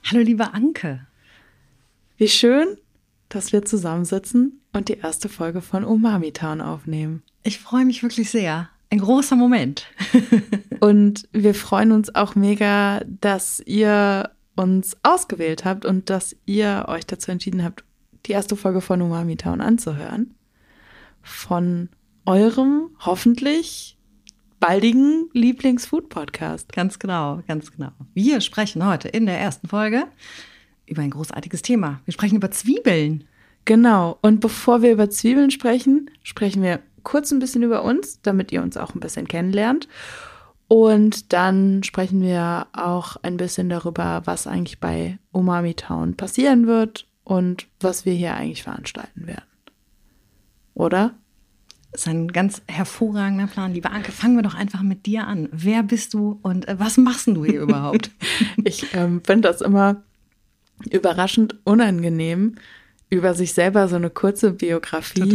Hallo liebe Anke. Wie schön, dass wir zusammensitzen und die erste Folge von Umami Town aufnehmen. Ich freue mich wirklich sehr. Ein großer Moment. Und wir freuen uns auch mega, dass ihr uns ausgewählt habt und dass ihr euch dazu entschieden habt, die erste Folge von Umami Town anzuhören. Von eurem hoffentlich baldigen Lieblings-Food-Podcast. Ganz genau, ganz genau. Wir sprechen heute in der ersten Folge über ein großartiges Thema. Wir sprechen über Zwiebeln. Genau. Und bevor wir über Zwiebeln sprechen, sprechen wir kurz ein bisschen über uns, damit ihr uns auch ein bisschen kennenlernt. Und dann sprechen wir auch ein bisschen darüber, was eigentlich bei Umami Town passieren wird und was wir hier eigentlich veranstalten werden. Oder? Das ist ein ganz hervorragender Plan. Liebe Anke, fangen wir doch einfach mit dir an. Wer bist du und was machst du hier überhaupt? Ich finde das immer überraschend unangenehm, über sich selber so eine kurze Biografie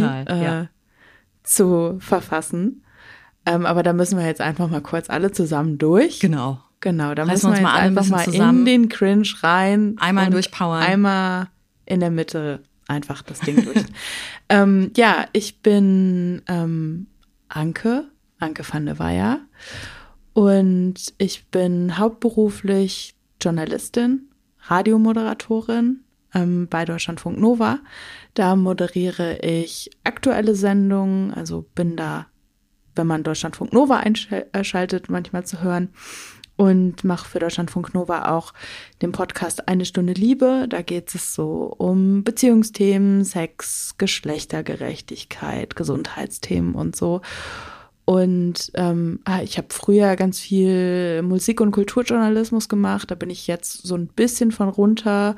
zu verfassen. Aber da müssen wir jetzt einfach mal kurz alle zusammen durch. Genau, da müssen wir jetzt einfach mal in den Cringe rein. Einmal durchpowern. Einmal in der Mitte einfach das Ding durch. Ich bin Anke van der Weyer und ich bin hauptberuflich Journalistin, Radiomoderatorin bei Deutschlandfunk Nova. Da moderiere ich aktuelle Sendungen, also bin da, wenn man Deutschlandfunk Nova einschaltet, manchmal zu hören. Und mache für Deutschlandfunk Nova auch den Podcast Eine Stunde Liebe. Da geht es so um Beziehungsthemen, Sex, Geschlechtergerechtigkeit, Gesundheitsthemen und so. Und ich habe früher ganz viel Musik- und Kulturjournalismus gemacht. Da bin ich jetzt so ein bisschen von runter.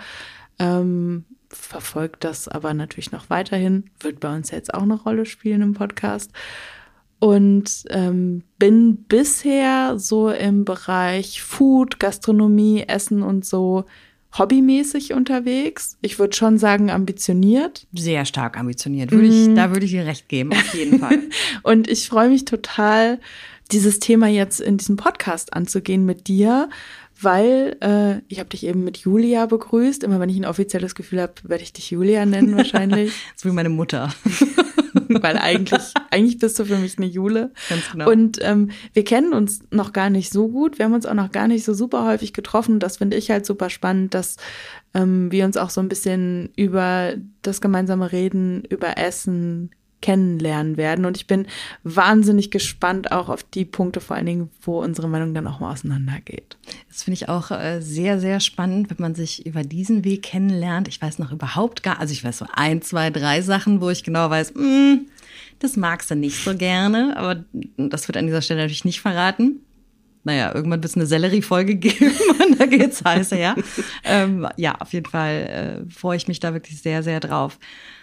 Verfolgt das aber natürlich noch weiterhin. Wird bei uns jetzt auch eine Rolle spielen im Podcast. Und bin bisher so im Bereich Food, Gastronomie, Essen und so hobbymäßig unterwegs. Ich würde schon sagen ambitioniert. Sehr stark ambitioniert. Da würde ich dir recht geben, auf jeden Fall. Und ich freue mich total, dieses Thema jetzt in diesem Podcast anzugehen mit dir, weil ich habe dich eben mit Julia begrüßt. Immer wenn ich ein offizielles Gefühl habe, werde ich dich Julia nennen wahrscheinlich. So wie meine Mutter. Weil eigentlich bist du für mich eine Jule. Ganz genau. Und wir kennen uns noch gar nicht so gut. Wir haben uns auch noch gar nicht so super häufig getroffen. Das finde ich halt super spannend, dass wir uns auch so ein bisschen über das gemeinsame Reden, über Essen kennenlernen werden. Und ich bin wahnsinnig gespannt auch auf die Punkte, vor allen Dingen, wo unsere Meinung dann auch mal auseinandergeht. Das finde ich auch sehr, sehr spannend, wenn man sich über diesen Weg kennenlernt. Ich weiß noch überhaupt ich weiß so 1, 2, 3 Sachen, wo ich genau weiß, das magst du nicht so gerne, aber das wird an dieser Stelle natürlich nicht verraten. Naja, irgendwann wird es eine Sellerie-Folge geben und da geht's heiß her. Auf jeden Fall freue ich mich da wirklich sehr, sehr drauf.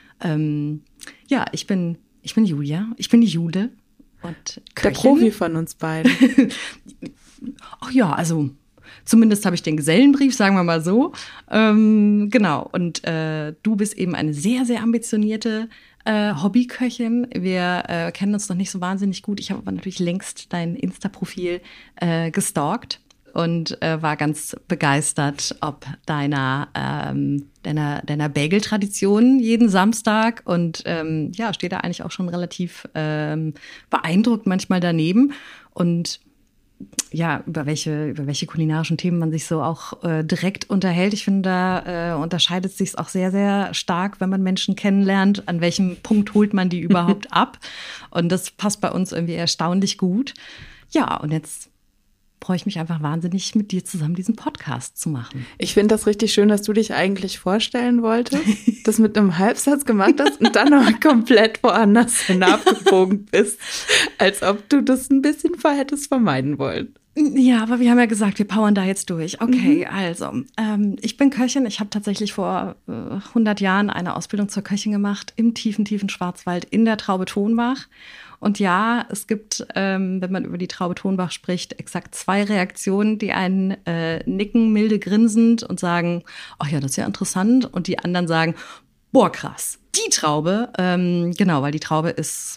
Ich bin Julia, ich bin die Jule und der Profi von uns beiden. Ach ja, also zumindest habe ich den Gesellenbrief, sagen wir mal so. Genau, und du bist eben eine sehr, sehr ambitionierte Hobbyköchin. Wir kennen uns noch nicht so wahnsinnig gut. Ich habe aber natürlich längst dein Insta-Profil gestalkt. Und war ganz begeistert ob deiner Bagel-Tradition jeden Samstag und stehe da eigentlich auch schon relativ beeindruckt manchmal daneben und ja, über welche kulinarischen Themen man sich so auch direkt unterhält. Ich finde, da unterscheidet es sich auch sehr, sehr stark, wenn man Menschen kennenlernt, an welchem Punkt holt man die überhaupt ab. Und das passt bei uns irgendwie erstaunlich gut. Ja, und jetzt freue ich mich einfach wahnsinnig, mit dir zusammen diesen Podcast zu machen. Ich finde das richtig schön, dass du dich eigentlich vorstellen wolltest, das mit einem Halbsatz gemacht hast und dann noch komplett woanders hin abgebogen bist, als ob du das ein bisschen hättest vermeiden wollen. Ja, aber wir haben ja gesagt, wir powern da jetzt durch. Okay, also, ich bin Köchin. Ich habe tatsächlich vor 100 Jahren eine Ausbildung zur Köchin gemacht im tiefen, tiefen Schwarzwald in der Traube Tonbach. Und ja, es gibt, wenn man über die Traube Tonbach spricht, exakt 2 Reaktionen. Die einen nicken milde grinsend und sagen, ach ja, das ist ja interessant. Und die anderen sagen, boah, krass, die Traube, genau, weil die Traube ist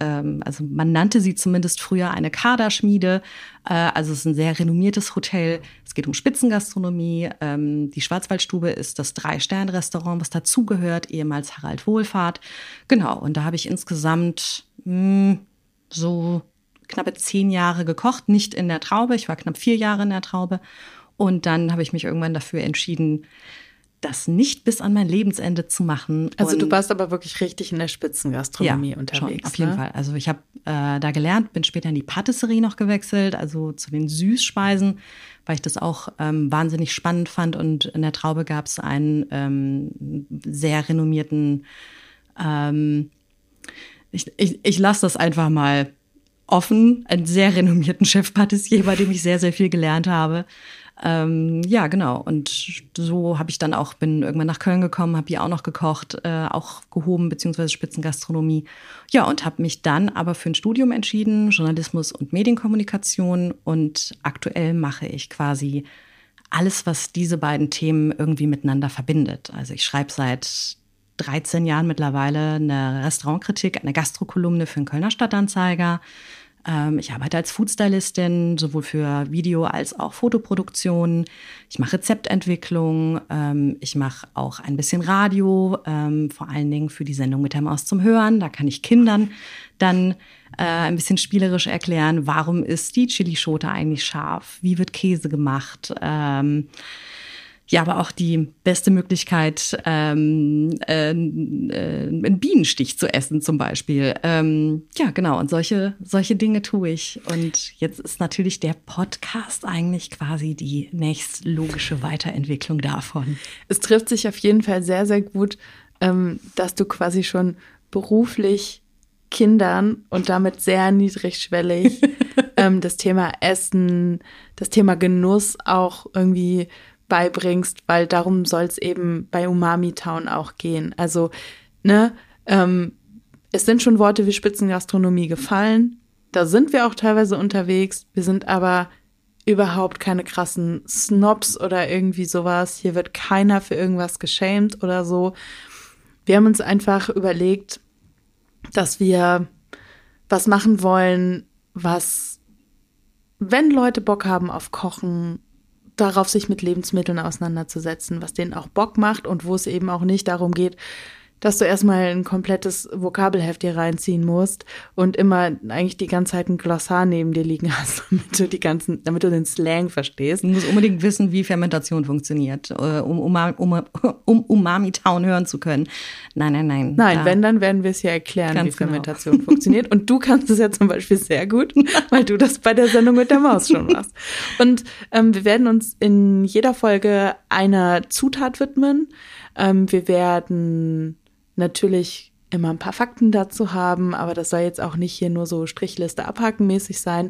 also man nannte sie zumindest früher eine Kaderschmiede. Also es ist ein sehr renommiertes Hotel. Es geht um Spitzengastronomie. Die Schwarzwaldstube ist das 3-Sterne-Restaurant, was dazugehört, ehemals Harald Wohlfahrt. Genau, und da habe ich insgesamt so knappe 10 Jahre gekocht, nicht in der Traube. Ich war knapp 4 Jahre in der Traube. Und dann habe ich mich irgendwann dafür entschieden, das nicht bis an mein Lebensende zu machen. Also du warst aber wirklich richtig in der Spitzengastronomie unterwegs. Schon, auf jeden Fall. Also ich habe da gelernt, bin später in die Patisserie noch gewechselt, also zu den Süßspeisen, weil ich das auch wahnsinnig spannend fand. Und in der Traube gab es einen sehr renommierten, ich lasse das einfach mal offen, einen sehr renommierten Chef-Patissier, bei dem ich sehr, sehr viel gelernt habe. Ja, genau. Und so habe ich dann auch, bin irgendwann nach Köln gekommen, habe hier auch noch gekocht, auch gehoben, beziehungsweise Spitzengastronomie. Ja, und habe mich dann aber für ein Studium entschieden, Journalismus und Medienkommunikation. Und aktuell mache ich quasi alles, was diese beiden Themen irgendwie miteinander verbindet. Also ich schreibe seit 13 Jahren mittlerweile eine Restaurantkritik, eine Gastrokolumne für den Kölner Stadtanzeiger. Ich arbeite als Foodstylistin, sowohl für Video- als auch Fotoproduktion. Ich mache Rezeptentwicklung. Ich mache auch ein bisschen Radio, vor allen Dingen für die Sendung Mit der Maus zum Hören. Da kann ich Kindern dann ein bisschen spielerisch erklären, warum ist die Chilischote eigentlich scharf? Wie wird Käse gemacht? Ja, aber auch die beste Möglichkeit, einen Bienenstich zu essen zum Beispiel. Ja, genau. Und solche Dinge tue ich. Und jetzt ist natürlich der Podcast eigentlich quasi die nächstlogische Weiterentwicklung davon. Es trifft sich auf jeden Fall sehr, sehr gut, dass du quasi schon beruflich Kindern und damit sehr niedrigschwellig das Thema Essen, das Thema Genuss auch irgendwie beibringst, weil darum soll es eben bei Umami Town auch gehen. Also, es sind schon Worte wie Spitzengastronomie gefallen. Da sind wir auch teilweise unterwegs. Wir sind aber überhaupt keine krassen Snobs oder irgendwie sowas. Hier wird keiner für irgendwas geschämt oder so. Wir haben uns einfach überlegt, dass wir was machen wollen, was, wenn Leute Bock haben auf Kochen, darauf sich mit Lebensmitteln auseinanderzusetzen, was denen auch Bock macht und wo es eben auch nicht darum geht, dass du erstmal ein komplettes Vokabelheft hier reinziehen musst und immer eigentlich die ganze Zeit ein Glossar neben dir liegen hast, damit du den Slang verstehst. Du musst unbedingt wissen, wie Fermentation funktioniert, um Umami Town hören zu können. Nein. Nein, wenn, dann werden wir es ja erklären, Ganz wie Fermentation funktioniert. Und du kannst es ja zum Beispiel sehr gut, weil du das bei der Sendung mit der Maus schon machst. Und wir werden uns in jeder Folge einer Zutat widmen. Wir werden natürlich immer ein paar Fakten dazu haben, aber das soll jetzt auch nicht hier nur so Strichliste abhakenmäßig sein.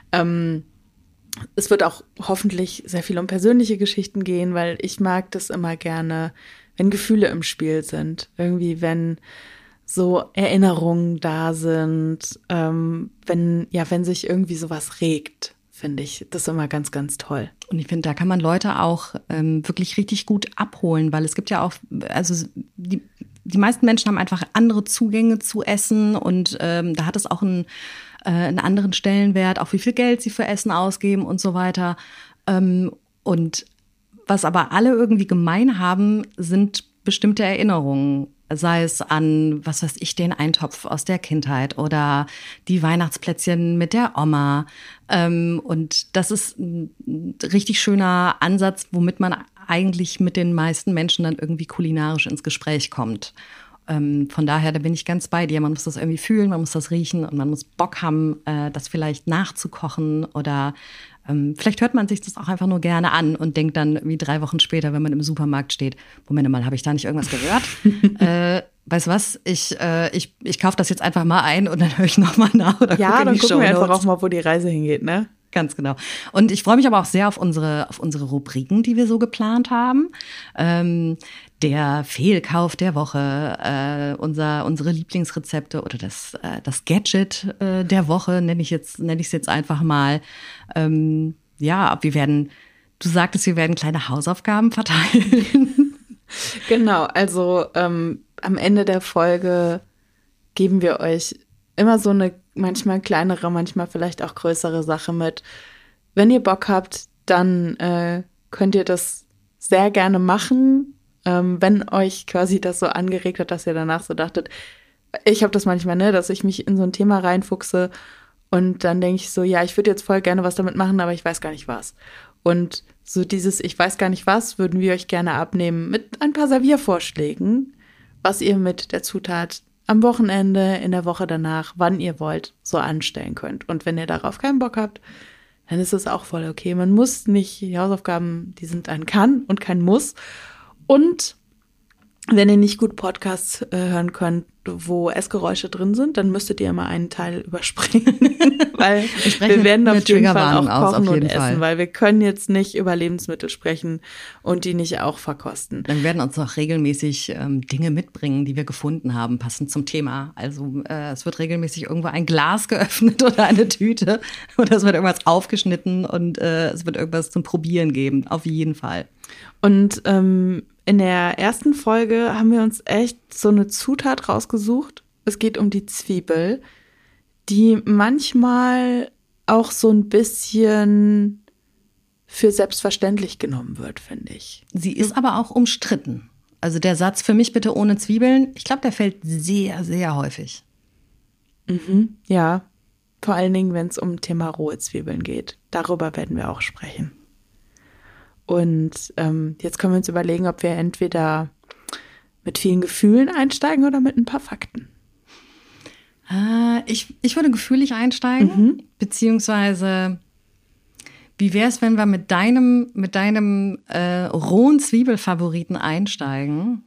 Es wird auch hoffentlich sehr viel um persönliche Geschichten gehen, weil ich mag das immer gerne, wenn Gefühle im Spiel sind. Irgendwie, wenn so Erinnerungen da sind, wenn sich irgendwie sowas regt, finde ich das immer ganz, ganz toll. Und ich finde, da kann man Leute auch wirklich richtig gut abholen, weil es gibt ja auch, also die meisten Menschen haben einfach andere Zugänge zu Essen und da hat es auch einen anderen Stellenwert, auch wie viel Geld sie für Essen ausgeben und so weiter. Und was aber alle irgendwie gemein haben, sind bestimmte Erinnerungen. Sei es an, was weiß ich, den Eintopf aus der Kindheit oder die Weihnachtsplätzchen mit der Oma. Und das ist ein richtig schöner Ansatz, womit man eigentlich mit den meisten Menschen dann irgendwie kulinarisch ins Gespräch kommt. Von daher, da bin ich ganz bei dir. Man muss das irgendwie fühlen, man muss das riechen und man muss Bock haben, das vielleicht nachzukochen oder vielleicht hört man sich das auch einfach nur gerne an und denkt dann wie 3 Wochen später, wenn man im Supermarkt steht, Moment mal, habe ich da nicht irgendwas gehört? Weißt du was, ich kaufe das jetzt einfach mal ein und dann höre ich nochmal nach oder ja, gucke in die dann gucken wir Shownotes. einfach auch mal, wo die Reise hingeht, ne? Ganz genau. Und ich freue mich aber auch sehr auf unsere Rubriken, die wir so geplant haben. Der Fehlkauf der Woche, unsere Lieblingsrezepte oder das Gadget der Woche, nenne ich es jetzt einfach mal. Ja, du sagtest, wir werden kleine Hausaufgaben verteilen. Genau, also am Ende der Folge geben wir euch immer so eine manchmal kleinere, manchmal vielleicht auch größere Sache mit. Wenn ihr Bock habt, dann könnt ihr das sehr gerne machen, wenn euch quasi das so angeregt hat, dass ihr danach so dachtet, ich habe das manchmal, ne, dass ich mich in so ein Thema reinfuchse und dann denke ich so, ja, ich würde jetzt voll gerne was damit machen, aber ich weiß gar nicht was. Und so dieses ich weiß gar nicht was, würden wir euch gerne abnehmen mit ein paar Serviervorschlägen, was ihr mit der Zutat am Wochenende, in der Woche danach, wann ihr wollt, so anstellen könnt. Und wenn ihr darauf keinen Bock habt, dann ist es auch voll okay. Man muss nicht, die Hausaufgaben, die sind ein Kann und kein Muss. Und wenn ihr nicht gut Podcasts hören könnt, wo Essgeräusche drin sind, dann müsstet ihr immer einen Teil überspringen, weil wir werden auf jeden Fall auch kochen und essen, weil wir können jetzt nicht über Lebensmittel sprechen und die nicht auch verkosten. Dann werden uns noch regelmäßig Dinge mitbringen, die wir gefunden haben, passend zum Thema. Also es wird regelmäßig irgendwo ein Glas geöffnet oder eine Tüte oder es wird irgendwas aufgeschnitten und es wird irgendwas zum Probieren geben, auf jeden Fall. Und in der ersten Folge haben wir uns echt so eine Zutat rausgesucht. Es geht um die Zwiebel, die manchmal auch so ein bisschen für selbstverständlich genommen wird, finde ich. Sie ist aber auch umstritten. Also der Satz, für mich bitte ohne Zwiebeln, ich glaube, der fällt sehr, sehr häufig. Mhm, ja, vor allen Dingen, wenn es um Thema rohe Zwiebeln geht. Darüber werden wir auch sprechen. Und jetzt können wir uns überlegen, ob wir entweder mit vielen Gefühlen einsteigen oder mit ein paar Fakten. Ich würde gefühlig einsteigen, beziehungsweise wie wäre es, wenn wir mit deinem rohen Zwiebelfavoriten einsteigen?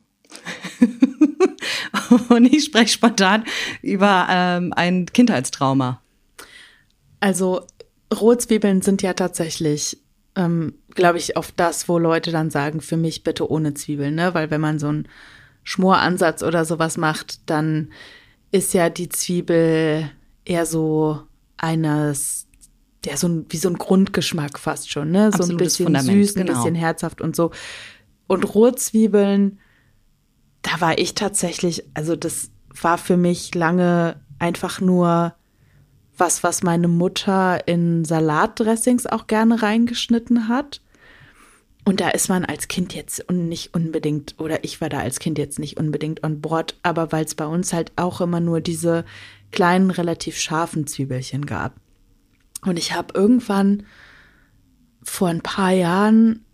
Und ich spreche spontan über ein Kindheitstrauma. Also rohe Zwiebeln sind ja tatsächlich glaube ich, auf das, wo Leute dann sagen, für mich bitte ohne Zwiebeln, ne? Weil wenn man so einen Schmoransatz oder sowas macht, dann ist ja die Zwiebel eher so wie so ein Grundgeschmack fast schon, ne? So ein bisschen Fundament, süß, ein bisschen herzhaft und so. Und rohe Zwiebeln, da war ich tatsächlich, also das war für mich lange einfach nur was meine Mutter in Salatdressings auch gerne reingeschnitten hat. Und da ist man als Kind jetzt nicht unbedingt, oder ich war da als Kind jetzt nicht unbedingt on board, aber weil es bei uns halt auch immer nur diese kleinen, relativ scharfen Zwiebelchen gab. Und ich habe irgendwann vor ein paar Jahren,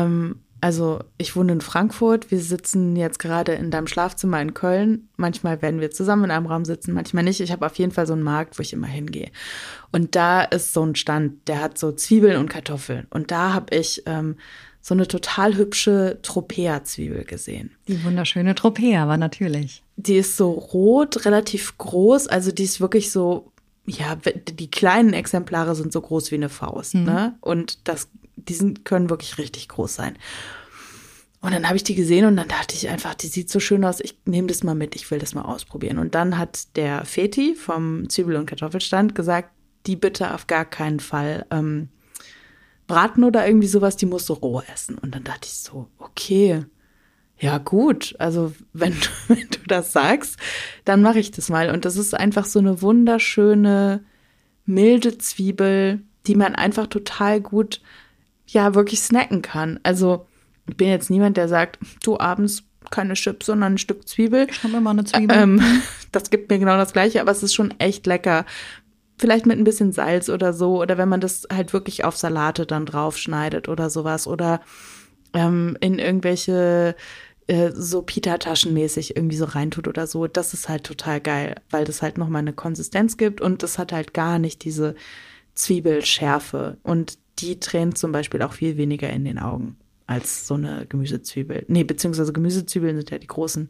also ich wohne in Frankfurt, wir sitzen jetzt gerade in deinem Schlafzimmer in Köln. Manchmal werden wir zusammen in einem Raum sitzen, manchmal nicht. Ich habe auf jeden Fall so einen Markt, wo ich immer hingehe. Und da ist so ein Stand, der hat so Zwiebeln und Kartoffeln. Und da habe ich so eine total hübsche Tropea-Zwiebel gesehen. Die wunderschöne Tropea war natürlich. Die ist so rot, relativ groß. Also die ist wirklich so, ja, die kleinen Exemplare sind so groß wie eine Faust, ne? Und können wirklich richtig groß sein. Und dann habe ich die gesehen und dann dachte ich einfach, die sieht so schön aus, ich nehme das mal mit, ich will das mal ausprobieren. Und dann hat der Feti vom Zwiebel- und Kartoffelstand gesagt, die bitte auf gar keinen Fall braten oder irgendwie sowas, die musst du roh essen. Und dann dachte ich so, okay, ja gut, also wenn du das sagst, dann mache ich das mal. Und das ist einfach so eine wunderschöne, milde Zwiebel, die man einfach total gut, ja, wirklich snacken kann. Also ich bin jetzt niemand, der sagt, du abends keine Chips, sondern ein Stück Zwiebel. Ich habe immer eine Zwiebel. Das gibt mir genau das Gleiche, aber es ist schon echt lecker. Vielleicht mit ein bisschen Salz oder so. Oder wenn man das halt wirklich auf Salate dann draufschneidet oder sowas. Oder in irgendwelche so Pita-Taschen mäßig irgendwie so reintut oder so. Das ist halt total geil, weil das halt nochmal eine Konsistenz gibt und das hat halt gar nicht diese Zwiebelschärfe. Und die tränt zum Beispiel auch viel weniger in den Augen als so eine Gemüsezwiebel. Nee, beziehungsweise Gemüsezwiebeln sind ja die großen,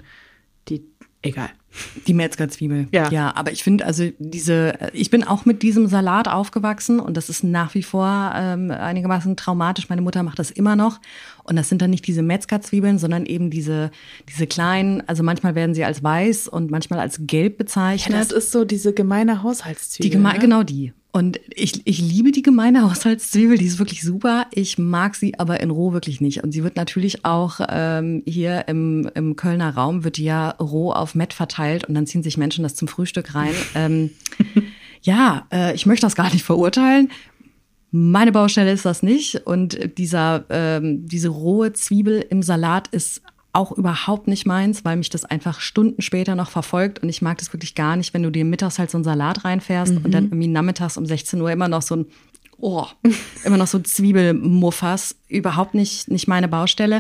egal. Die Metzgerzwiebel. Ja. Aber ich finde, also ich bin auch mit diesem Salat aufgewachsen und das ist nach wie vor einigermaßen traumatisch. Meine Mutter macht das immer noch. Und das sind dann nicht diese Metzgerzwiebeln, sondern eben diese kleinen, also manchmal werden sie als weiß und manchmal als gelb bezeichnet. Ja, das ist so diese gemeine Haushaltszwiebel. Genau die. Und ich liebe die gemeine Haushaltszwiebel, die ist wirklich super. Ich mag sie aber in roh wirklich nicht. Und sie wird natürlich auch hier im Kölner Raum, wird die ja roh auf Mett verteilt und dann ziehen sich Menschen das zum Frühstück rein. Ich möchte das gar nicht verurteilen. Meine Baustelle ist das nicht. Und diese rohe Zwiebel im Salat ist auch überhaupt nicht meins, weil mich das einfach Stunden später noch verfolgt. Und ich mag das wirklich gar nicht, wenn du dir mittags halt so einen Salat reinfährst und dann irgendwie nachmittags um 16 Uhr immer noch so ein Zwiebelmuffers. Überhaupt nicht meine Baustelle.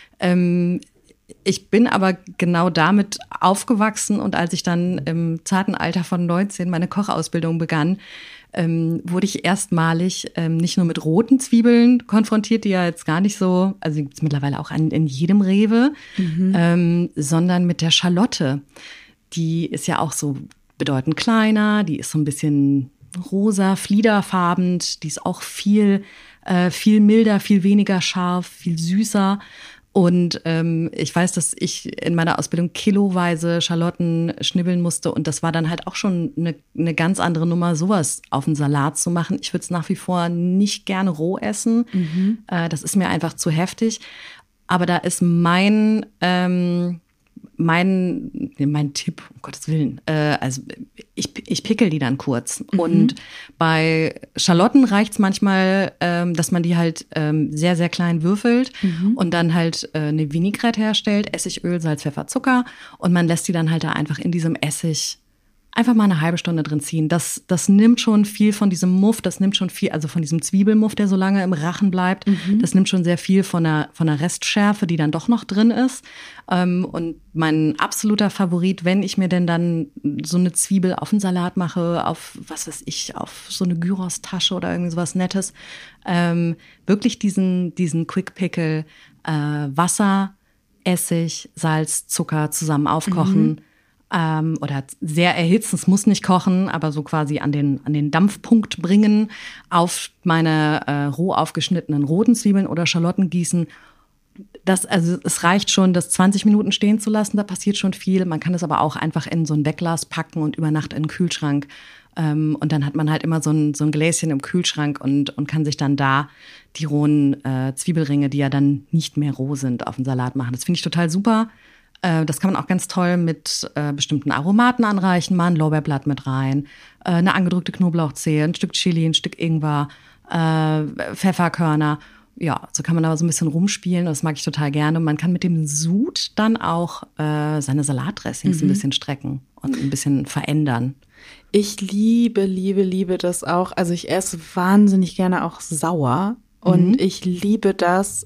Ich bin aber genau damit aufgewachsen und als ich dann im zarten Alter von 19 meine Kochausbildung begann, wurde ich erstmalig nicht nur mit roten Zwiebeln konfrontiert, die ja jetzt gar nicht so, also die gibt es mittlerweile auch in jedem Rewe, sondern mit der Schalotte. Die ist ja auch so bedeutend kleiner, die ist so ein bisschen rosa, fliederfarben, die ist auch viel milder, viel weniger scharf, viel süßer. Und ich weiß, dass ich in meiner Ausbildung kiloweise Schalotten schnibbeln musste. Und das war dann halt auch schon eine ganz andere Nummer, sowas auf einen Salat zu machen. Ich würde es nach wie vor nicht gerne roh essen. Das ist mir einfach zu heftig. Aber da ist mein Tipp, um Gottes Willen, also ich pickel die dann kurz. Und bei Schalotten reicht's manchmal, dass man die halt sehr, sehr klein würfelt und dann halt eine Vinaigrette herstellt, Essigöl, Salz, Pfeffer, Zucker und man lässt die dann halt da einfach in diesem Essig einfach mal eine halbe Stunde drin ziehen. Das nimmt schon viel von diesem Muff, das nimmt schon viel, also von diesem Zwiebelmuff, der so lange im Rachen bleibt. Das nimmt schon sehr viel von der Restschärfe, die dann doch noch drin ist. Und mein absoluter Favorit, wenn ich mir denn dann so eine Zwiebel auf einen Salat mache, auf, was weiß ich, auf so eine Gyros-Tasche oder irgendwie sowas Nettes, wirklich diesen Quick Pickle, Wasser, Essig, Salz, Zucker zusammen aufkochen, oder sehr erhitzen, es muss nicht kochen, aber so quasi an den Dampfpunkt bringen, auf meine roh aufgeschnittenen roten Zwiebeln oder Schalotten gießen. Also es reicht schon, das 20 Minuten stehen zu lassen, da passiert schon viel. Man kann es aber auch einfach in so ein Wegglas packen und über Nacht in den Kühlschrank. Und dann hat man halt immer so ein Gläschen im Kühlschrank und kann sich dann da die rohen Zwiebelringe, die ja dann nicht mehr roh sind, auf den Salat machen. Das finde ich total super. Das kann man auch ganz toll mit bestimmten Aromaten anreichen. Mal ein Lorbeerblatt mit rein, eine angedrückte Knoblauchzehe, ein Stück Chili, ein Stück Ingwer, Pfefferkörner. Ja, so kann man aber so ein bisschen rumspielen. Das mag ich total gerne. Man kann mit dem Sud dann auch seine Salatdressings ein bisschen strecken und ein bisschen verändern. Ich liebe das auch. Also ich esse wahnsinnig gerne auch sauer. Und ich liebe das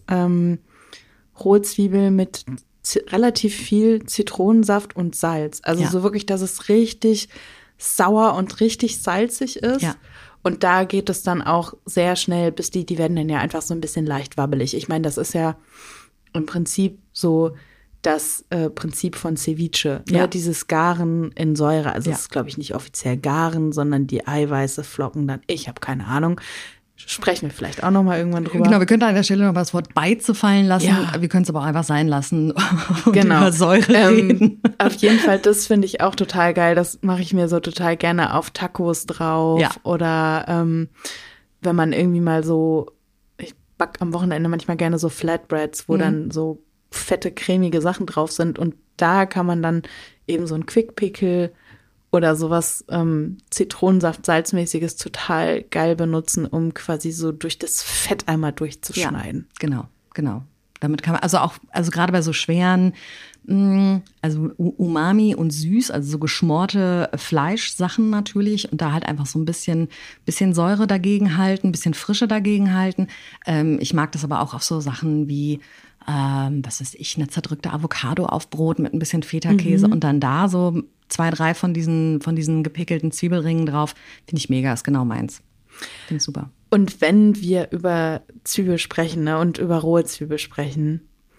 rohe Zwiebel mit relativ viel Zitronensaft und Salz. Also so wirklich, dass es richtig sauer und richtig salzig ist. Ja. Und da geht es dann auch sehr schnell, bis die werden dann ja einfach so ein bisschen leicht wabbelig. Ich meine, das ist ja im Prinzip so das Prinzip von Ceviche. Ja. Dieses Garen in Säure. Also es ist, glaube ich, nicht offiziell Garen, sondern die Eiweiße flocken dann. Ich habe keine Ahnung. Sprechen wir vielleicht auch noch mal irgendwann drüber. Genau, wir könnten an der Stelle noch das Wort Beize fallen lassen. Ja. Wir können es aber auch einfach sein lassen und über Säure reden. Auf jeden Fall, das finde ich auch total geil. Das mache ich mir so total gerne auf Tacos drauf. Ja. Oder wenn man irgendwie mal so, ich back am Wochenende manchmal gerne so Flatbreads, wo dann so fette, cremige Sachen drauf sind. Und da kann man dann eben so ein Quick Pickle oder sowas Zitronensaft, Salzmäßiges total geil benutzen, um quasi so durch das Fett einmal durchzuschneiden. Ja, genau. Damit kann man, also gerade bei so schweren, also Umami und süß, also so geschmorte Fleischsachen natürlich und da halt einfach so ein bisschen Säure dagegen halten, ein bisschen Frische dagegen halten. Ich mag das aber auch auf so Sachen wie was weiß ich, eine zerdrückte Avocado auf Brot mit ein bisschen Feta-Käse und dann da so 2, 3 von diesen gepickelten Zwiebelringen drauf. Finde ich mega, ist genau meins. Finde ich super. Und wenn wir über Zwiebel sprechen, ne, und über rohe Zwiebel sprechen,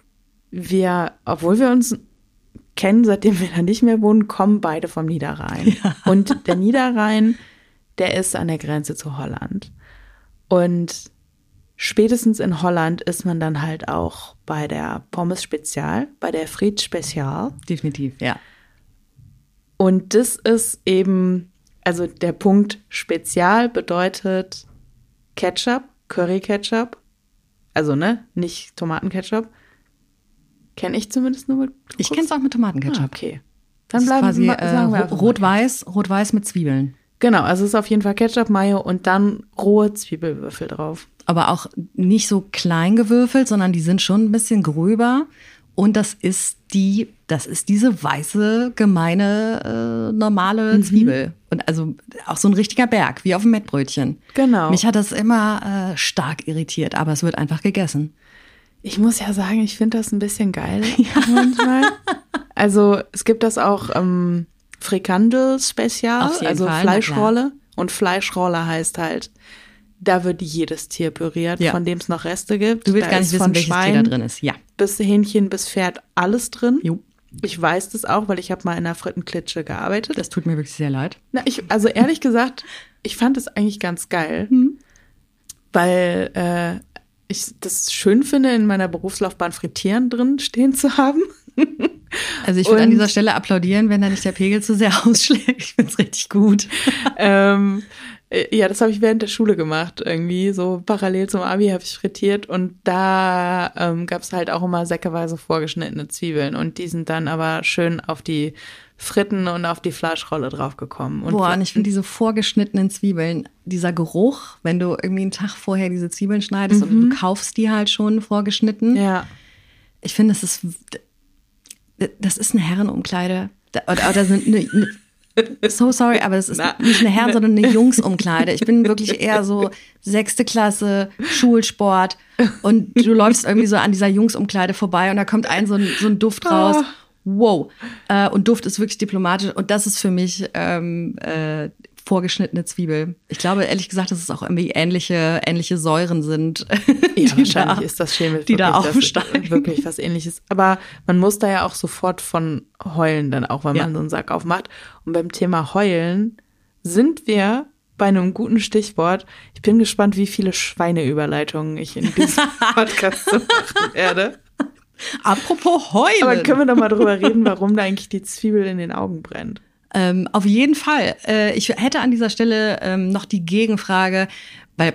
obwohl wir uns kennen, seitdem wir da nicht mehr wohnen, kommen beide vom Niederrhein. Ja. Und der Niederrhein, der ist an der Grenze zu Holland. Und spätestens in Holland ist man dann halt auch bei der Pommes Spezial, bei der Frites Spezial. Definitiv, ja. Und das ist eben, also der Punkt Spezial bedeutet Ketchup, Curry-Ketchup. Also, ne, nicht Tomatenketchup. Kenne ich zumindest nur mit. Ich kenne es auch mit Tomatenketchup. Okay. Dann Das ist bleiben quasi sagen wir einfach rot-weiß mit Zwiebeln. Genau, also es ist auf jeden Fall Ketchup, Mayo und dann rohe Zwiebelwürfel drauf. Aber auch nicht so klein gewürfelt, sondern die sind schon ein bisschen gröber. Und das ist diese weiße, gemeine, normale Zwiebel. Und also auch so ein richtiger Berg, wie auf dem Mettbrötchen. Genau. Mich hat das immer stark irritiert, aber es wird einfach gegessen. Ich muss ja sagen, ich finde das ein bisschen geil manchmal. Also es gibt das auch Frikandel-Spezial, also Fall, Fleischrolle. Und Fleischrolle heißt halt, da wird jedes Tier püriert, von dem es noch Reste gibt. Du willst da gar nicht wissen, welches Tier da drin ist. Ja. Bis Hähnchen, bis Pferd, alles drin. Jo. Ich weiß das auch, weil ich habe mal in einer Frittenklitsche gearbeitet. Das tut mir wirklich sehr leid. Also ehrlich gesagt, ich fand es eigentlich ganz geil, weil ich das schön finde, in meiner Berufslaufbahn Frittieren drin stehen zu haben. Also ich würde an dieser Stelle applaudieren, wenn da nicht der Pegel zu sehr ausschlägt. Ich finde es richtig gut. Ja, das habe ich während der Schule gemacht irgendwie. So parallel zum Abi habe ich frittiert und da gab es halt auch immer säckeweise vorgeschnittene Zwiebeln und die sind dann aber schön auf die Fritten und auf die Fleischrolle draufgekommen. Und ich finde diese vorgeschnittenen Zwiebeln, dieser Geruch, wenn du irgendwie einen Tag vorher diese Zwiebeln schneidest und du kaufst die halt schon vorgeschnitten. Ja. Ich finde, das ist eine Herrenumkleide. Oder sind so sorry, aber das ist nicht eine Herren-, sondern eine Jungsumkleide. Ich bin wirklich eher so 6. Klasse, Schulsport und du läufst irgendwie so an dieser Jungsumkleide vorbei und da kommt so ein Duft raus. Wow. Und Duft ist wirklich diplomatisch und das ist für mich vorgeschnittene Zwiebel. Ich glaube, ehrlich gesagt, dass es auch irgendwie ähnliche Säuren sind. Ja, wahrscheinlich ist das Schemel die da aufsteigen. Wirklich was Ähnliches. Aber man muss da ja auch sofort von heulen dann auch, wenn man so einen Sack aufmacht. Und beim Thema Heulen sind wir bei einem guten Stichwort. Ich bin gespannt, wie viele Schweineüberleitungen ich in diesem Podcast zu machen werde. Apropos Heulen. Aber können wir doch mal drüber reden, warum da eigentlich die Zwiebel in den Augen brennt? Auf jeden Fall. Ich hätte an dieser Stelle noch die Gegenfrage, weil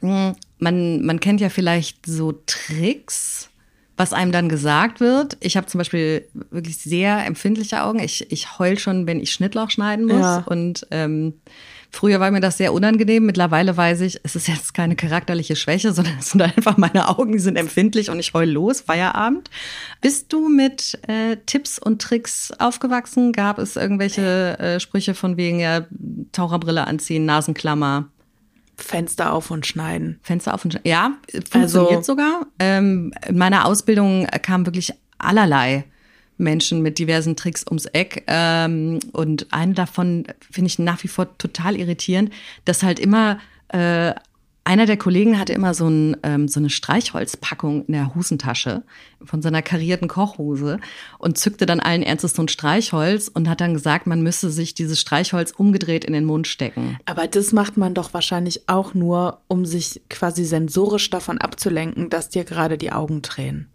man kennt ja vielleicht so Tricks, was einem dann gesagt wird. Ich habe zum Beispiel wirklich sehr empfindliche Augen. Ich heul schon, wenn ich Schnittlauch schneiden muss. Ja. Und früher war mir das sehr unangenehm. Mittlerweile weiß ich, es ist jetzt keine charakterliche Schwäche, sondern es sind einfach meine Augen, die sind empfindlich und ich heul los, Feierabend. Bist du mit Tipps und Tricks aufgewachsen? Gab es irgendwelche Sprüche von wegen Taucherbrille anziehen, Nasenklammer? Fenster auf und schneiden. Fenster auf und schneiden. Ja, funktioniert sogar. In meiner Ausbildung kamen wirklich allerlei Menschen mit diversen Tricks ums Eck. Und eine davon finde ich nach wie vor total irritierend, dass halt immer einer der Kollegen hatte immer so eine Streichholzpackung in der Hosentasche von seiner karierten Kochhose und zückte dann allen Ernstes so ein Streichholz und hat dann gesagt, man müsse sich dieses Streichholz umgedreht in den Mund stecken. Aber das macht man doch wahrscheinlich auch nur, um sich quasi sensorisch davon abzulenken, dass dir gerade die Augen tränen.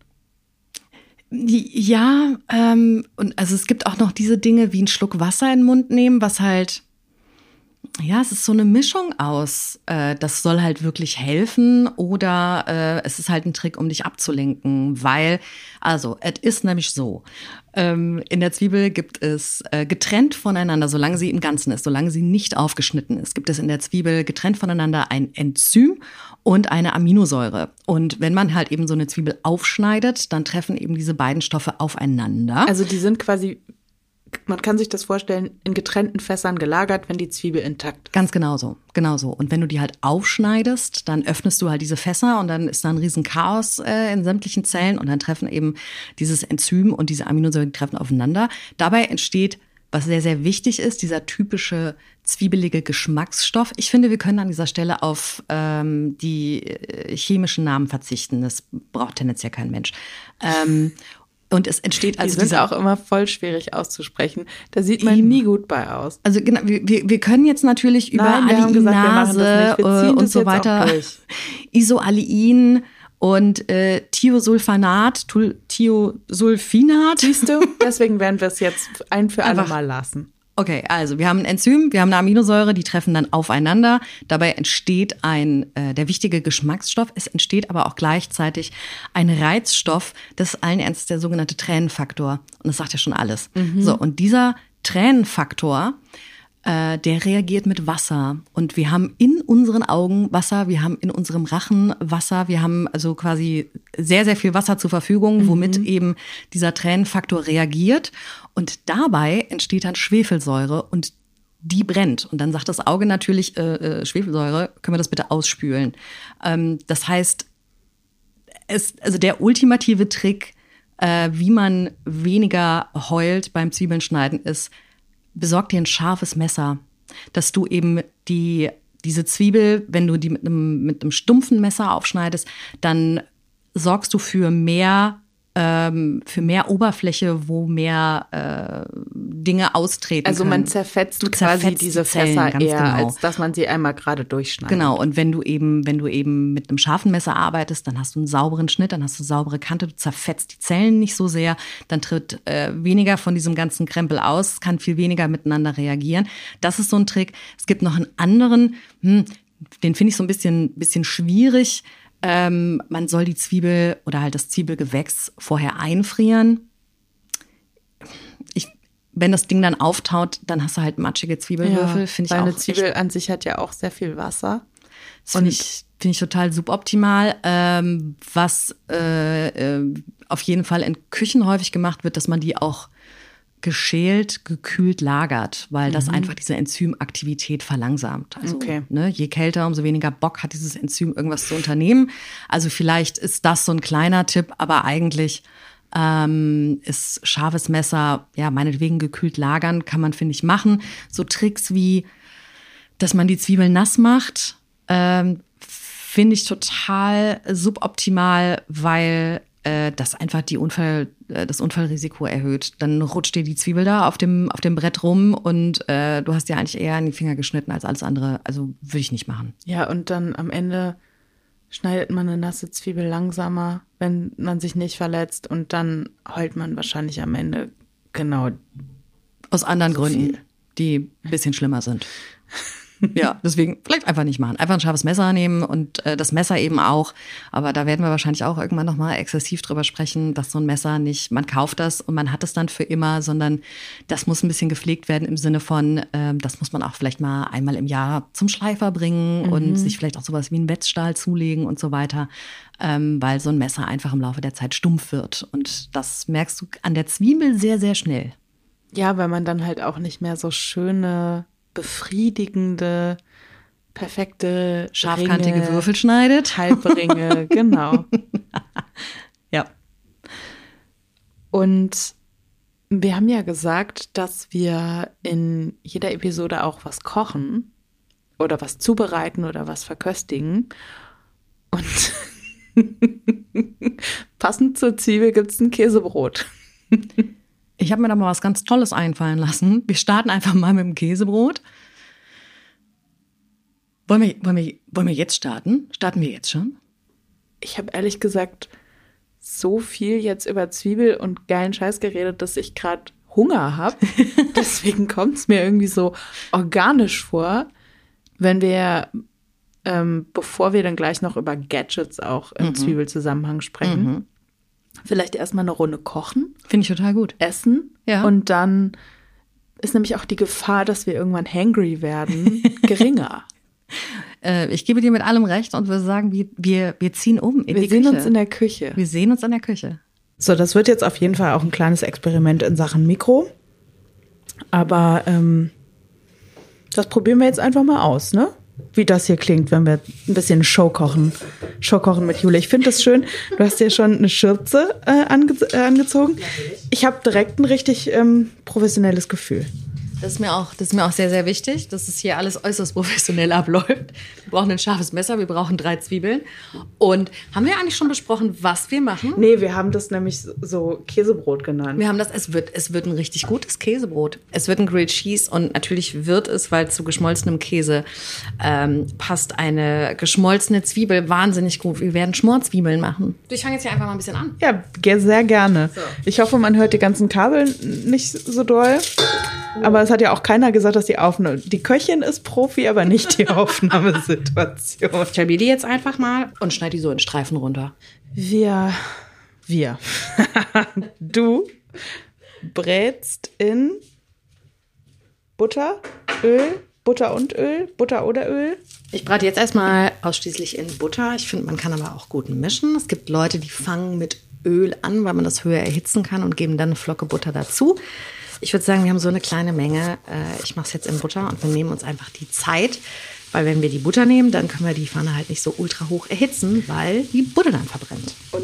Ja, und also es gibt auch noch diese Dinge wie einen Schluck Wasser in den Mund nehmen, was halt, ja, es ist so eine Mischung aus, das soll halt wirklich helfen oder es ist halt ein Trick, um dich abzulenken, weil, also, es ist nämlich so, in der Zwiebel gibt es getrennt voneinander, solange sie im Ganzen ist, solange sie nicht aufgeschnitten ist, gibt es in der Zwiebel getrennt voneinander ein Enzym und eine Aminosäure. Und wenn man halt eben so eine Zwiebel aufschneidet, dann treffen eben diese beiden Stoffe aufeinander. Also die sind quasi, man kann sich das vorstellen, in getrennten Fässern gelagert, wenn die Zwiebel intakt ist. Ganz genau so. Und wenn du die halt aufschneidest, dann öffnest du halt diese Fässer und dann ist da ein riesen Chaos in sämtlichen Zellen und dann treffen eben dieses Enzym und diese Aminosäure, die treffen aufeinander. Dabei entsteht, was sehr, sehr wichtig ist, dieser typische zwiebelige Geschmacksstoff. Ich finde, wir können an dieser Stelle auf die chemischen Namen verzichten. Das braucht tendenziell kein Mensch. Und es entsteht also die sind auch immer voll schwierig auszusprechen. Da sieht man nie gut bei aus. Also genau, wir können jetzt natürlich über Alliinase und so weiter, Isoallein und Thiosulfanat, Thiosulfinat. Siehst du? Deswegen werden wir es jetzt ein für alle Mal lassen. Okay, also wir haben ein Enzym, wir haben eine Aminosäure, die treffen dann aufeinander. Dabei entsteht der wichtige Geschmacksstoff. Es entsteht aber auch gleichzeitig ein Reizstoff, das ist allen Ernstes der sogenannte Tränenfaktor. Und das sagt ja schon alles. So, und dieser Tränenfaktor, der reagiert mit Wasser. Und wir haben in unseren Augen Wasser, wir haben in unserem Rachen Wasser, wir haben also quasi sehr, sehr viel Wasser zur Verfügung, womit eben dieser Tränenfaktor reagiert. Und dabei entsteht dann Schwefelsäure und die brennt. Und dann sagt das Auge natürlich, Schwefelsäure, können wir das bitte ausspülen? Das heißt, also der ultimative Trick, wie man weniger heult beim Zwiebeln schneiden, ist, besorg dir ein scharfes Messer, dass du eben diese Zwiebel, wenn du die mit einem stumpfen Messer aufschneidest, dann sorgst du für mehr Oberfläche, wo mehr Dinge austreten Also können. man zerfetzt quasi diese Fässer eher, genau, als dass man sie einmal gerade durchschneidet. Genau, und wenn du eben mit einem scharfen Messer arbeitest, dann hast du einen sauberen Schnitt, dann hast du saubere Kante, du zerfetzt die Zellen nicht so sehr, dann tritt weniger von diesem ganzen Krempel aus, kann viel weniger miteinander reagieren. Das ist so ein Trick. Es gibt noch einen anderen, den finde ich so ein bisschen schwierig. Man soll die Zwiebel oder halt das Zwiebelgewächs vorher einfrieren. Wenn das Ding dann auftaut, dann hast du halt matschige Zwiebelwürfel. Finde ich weil auch eine Zwiebel an sich hat ja auch sehr viel Wasser. Das finde ich total suboptimal. Was auf jeden Fall in Küchen häufig gemacht wird, dass man die auch geschält, gekühlt lagert, weil das einfach diese Enzymaktivität verlangsamt. Also je kälter, umso weniger Bock hat dieses Enzym, irgendwas zu unternehmen. Also vielleicht ist das so ein kleiner Tipp, aber eigentlich ist scharfes Messer, ja, meinetwegen gekühlt lagern, kann man, finde ich, machen. So Tricks wie, dass man die Zwiebeln nass macht, finde ich total suboptimal, weil das einfach das Unfallrisiko erhöht. Dann rutscht dir die Zwiebel da auf dem Brett rum und du hast dir eigentlich eher in die Finger geschnitten als alles andere. Also würde ich nicht machen. Ja, und dann am Ende schneidet man eine nasse Zwiebel langsamer, wenn man sich nicht verletzt, und dann heult man wahrscheinlich am Ende genau aus anderen so Gründen, viel, die ein bisschen schlimmer sind. Ja, deswegen vielleicht einfach nicht machen. Einfach ein scharfes Messer nehmen und das Messer eben auch. Aber da werden wir wahrscheinlich auch irgendwann nochmal exzessiv drüber sprechen, dass so ein Messer nicht, man kauft das und man hat es dann für immer, sondern das muss ein bisschen gepflegt werden im Sinne von, das muss man auch vielleicht mal einmal im Jahr zum Schleifer bringen und sich vielleicht auch sowas wie einen Wetzstahl zulegen und so weiter, weil so ein Messer einfach im Laufe der Zeit stumpf wird. Und das merkst du an der Zwiebel sehr, sehr schnell. Ja, weil man dann halt auch nicht mehr so schöne, befriedigende, perfekte, scharfkantige Würfel schneidet. Halbringe, genau. Ja. Und wir haben ja gesagt, dass wir in jeder Episode auch was kochen oder was zubereiten oder was verköstigen. Und passend zur Zwiebel gibt es ein Käsebrot. Ich habe mir da mal was ganz Tolles einfallen lassen. Wir starten einfach mal mit dem Käsebrot. Wollen wir jetzt starten? Starten wir jetzt schon? Ich habe ehrlich gesagt so viel jetzt über Zwiebel und geilen Scheiß geredet, dass ich gerade Hunger habe. Deswegen kommt es mir irgendwie so organisch vor, wenn wir, bevor wir dann gleich noch über Gadgets auch im Zwiebelzusammenhang sprechen, vielleicht erstmal eine Runde kochen. Finde ich total gut. Essen. Ja. Und dann ist nämlich auch die Gefahr, dass wir irgendwann hangry werden, geringer. Ich gebe dir mit allem recht und würde sagen, wir ziehen um in die Küche. Wir sehen uns in der Küche. Wir sehen uns in der Küche. So, das wird jetzt auf jeden Fall auch ein kleines Experiment in Sachen Mikro. Aber das probieren wir jetzt einfach mal aus, ne? Wie das hier klingt, wenn wir ein bisschen Show kochen mit Jule. Ich finde das schön. Du hast dir schon eine Schürze angezogen. Ich habe direkt ein richtig professionelles Gefühl. Das ist mir auch sehr, sehr wichtig, dass es hier alles äußerst professionell abläuft. Wir brauchen ein scharfes Messer, wir brauchen 3 Zwiebeln. Und haben wir eigentlich schon besprochen, was wir machen? Nee, wir haben das nämlich so Käsebrot genannt. Wir haben das, es wird ein richtig gutes Käsebrot. Es wird ein Grilled Cheese und natürlich wird es, weil zu geschmolzenem Käse passt eine geschmolzene Zwiebel wahnsinnig gut. Wir werden Schmorzwiebeln machen. Ich fange jetzt hier einfach mal ein bisschen an. Ja, sehr gerne. So. Ich hoffe, man hört die ganzen Kabel nicht so doll. Aber es hat ja auch keiner gesagt, dass die Köchin ist Profi, aber nicht die Aufnahmesituation. Ich halbiere die jetzt einfach mal und schneide die so in Streifen runter. Wir. Du brätst in Butter, Öl, Butter und Öl, Butter oder Öl. Ich brate jetzt erstmal ausschließlich in Butter. Ich finde, man kann aber auch gut mischen. Es gibt Leute, die fangen mit Öl an, weil man das höher erhitzen kann und geben dann eine Flocke Butter dazu. Ich würde sagen, wir haben so eine kleine Menge. Ich mache es jetzt in Butter und wir nehmen uns einfach die Zeit. Weil wenn wir die Butter nehmen, dann können wir die Pfanne halt nicht so ultra hoch erhitzen, weil die Butter dann verbrennt. Und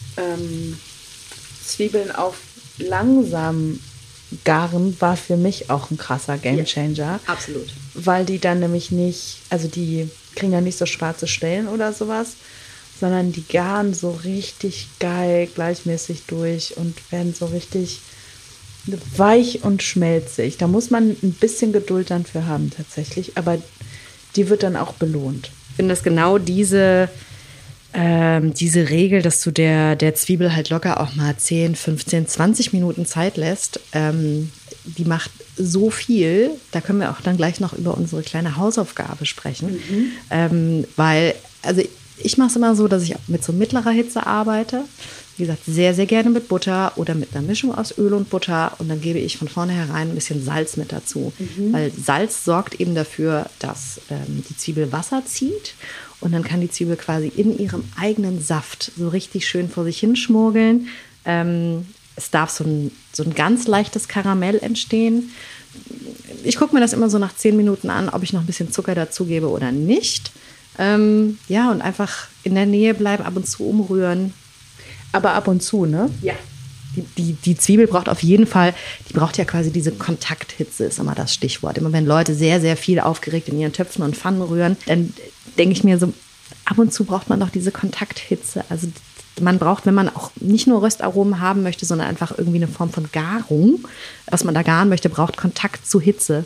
Zwiebeln auf langsam garen war für mich auch ein krasser Gamechanger. Ja, absolut. Weil die dann nämlich nicht, also die kriegen ja nicht so schwarze Stellen oder sowas, sondern die garen so richtig geil gleichmäßig durch und werden so richtig weich und schmelzig. Da muss man ein bisschen Geduld dann für haben tatsächlich, aber die wird dann auch belohnt. Ich finde das genau diese Regel, dass du der Zwiebel halt locker auch mal 10, 15, 20 Minuten Zeit lässt, die macht so viel. Da können wir auch dann gleich noch über unsere kleine Hausaufgabe sprechen. Weil, also ich mache es immer so, dass ich mit so mittlerer Hitze arbeite. Wie gesagt, sehr, sehr gerne mit Butter oder mit einer Mischung aus Öl und Butter. Und dann gebe ich von vornherein ein bisschen Salz mit dazu. Weil Salz sorgt eben dafür, dass die Zwiebel Wasser zieht. Und dann kann die Zwiebel quasi in ihrem eigenen Saft so richtig schön vor sich hinschmurgeln. Es darf so ein ganz leichtes Karamell entstehen. Ich gucke mir das immer so nach 10 Minuten an, ob ich noch ein bisschen Zucker dazugebe oder nicht. Ja, und einfach in der Nähe bleiben, ab und zu umrühren. Aber ab und zu, ne? Ja. Die Zwiebel braucht auf jeden Fall, die braucht ja quasi diese Kontakthitze, ist immer das Stichwort. Immer wenn Leute sehr, sehr viel aufgeregt in ihren Töpfen und Pfannen rühren, dann denke ich mir so, ab und zu braucht man doch diese Kontakthitze. Also man braucht, wenn man auch nicht nur Röstaromen haben möchte, sondern einfach irgendwie eine Form von Garung, was man da garen möchte, braucht Kontakt zu Hitze.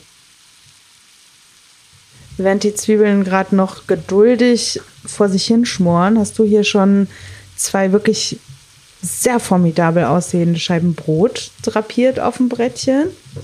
Während die Zwiebeln gerade noch geduldig vor sich hinschmoren, hast du hier schon 2 wirklich sehr formidabel aussehende Scheiben Brot drapiert auf dem Brettchen.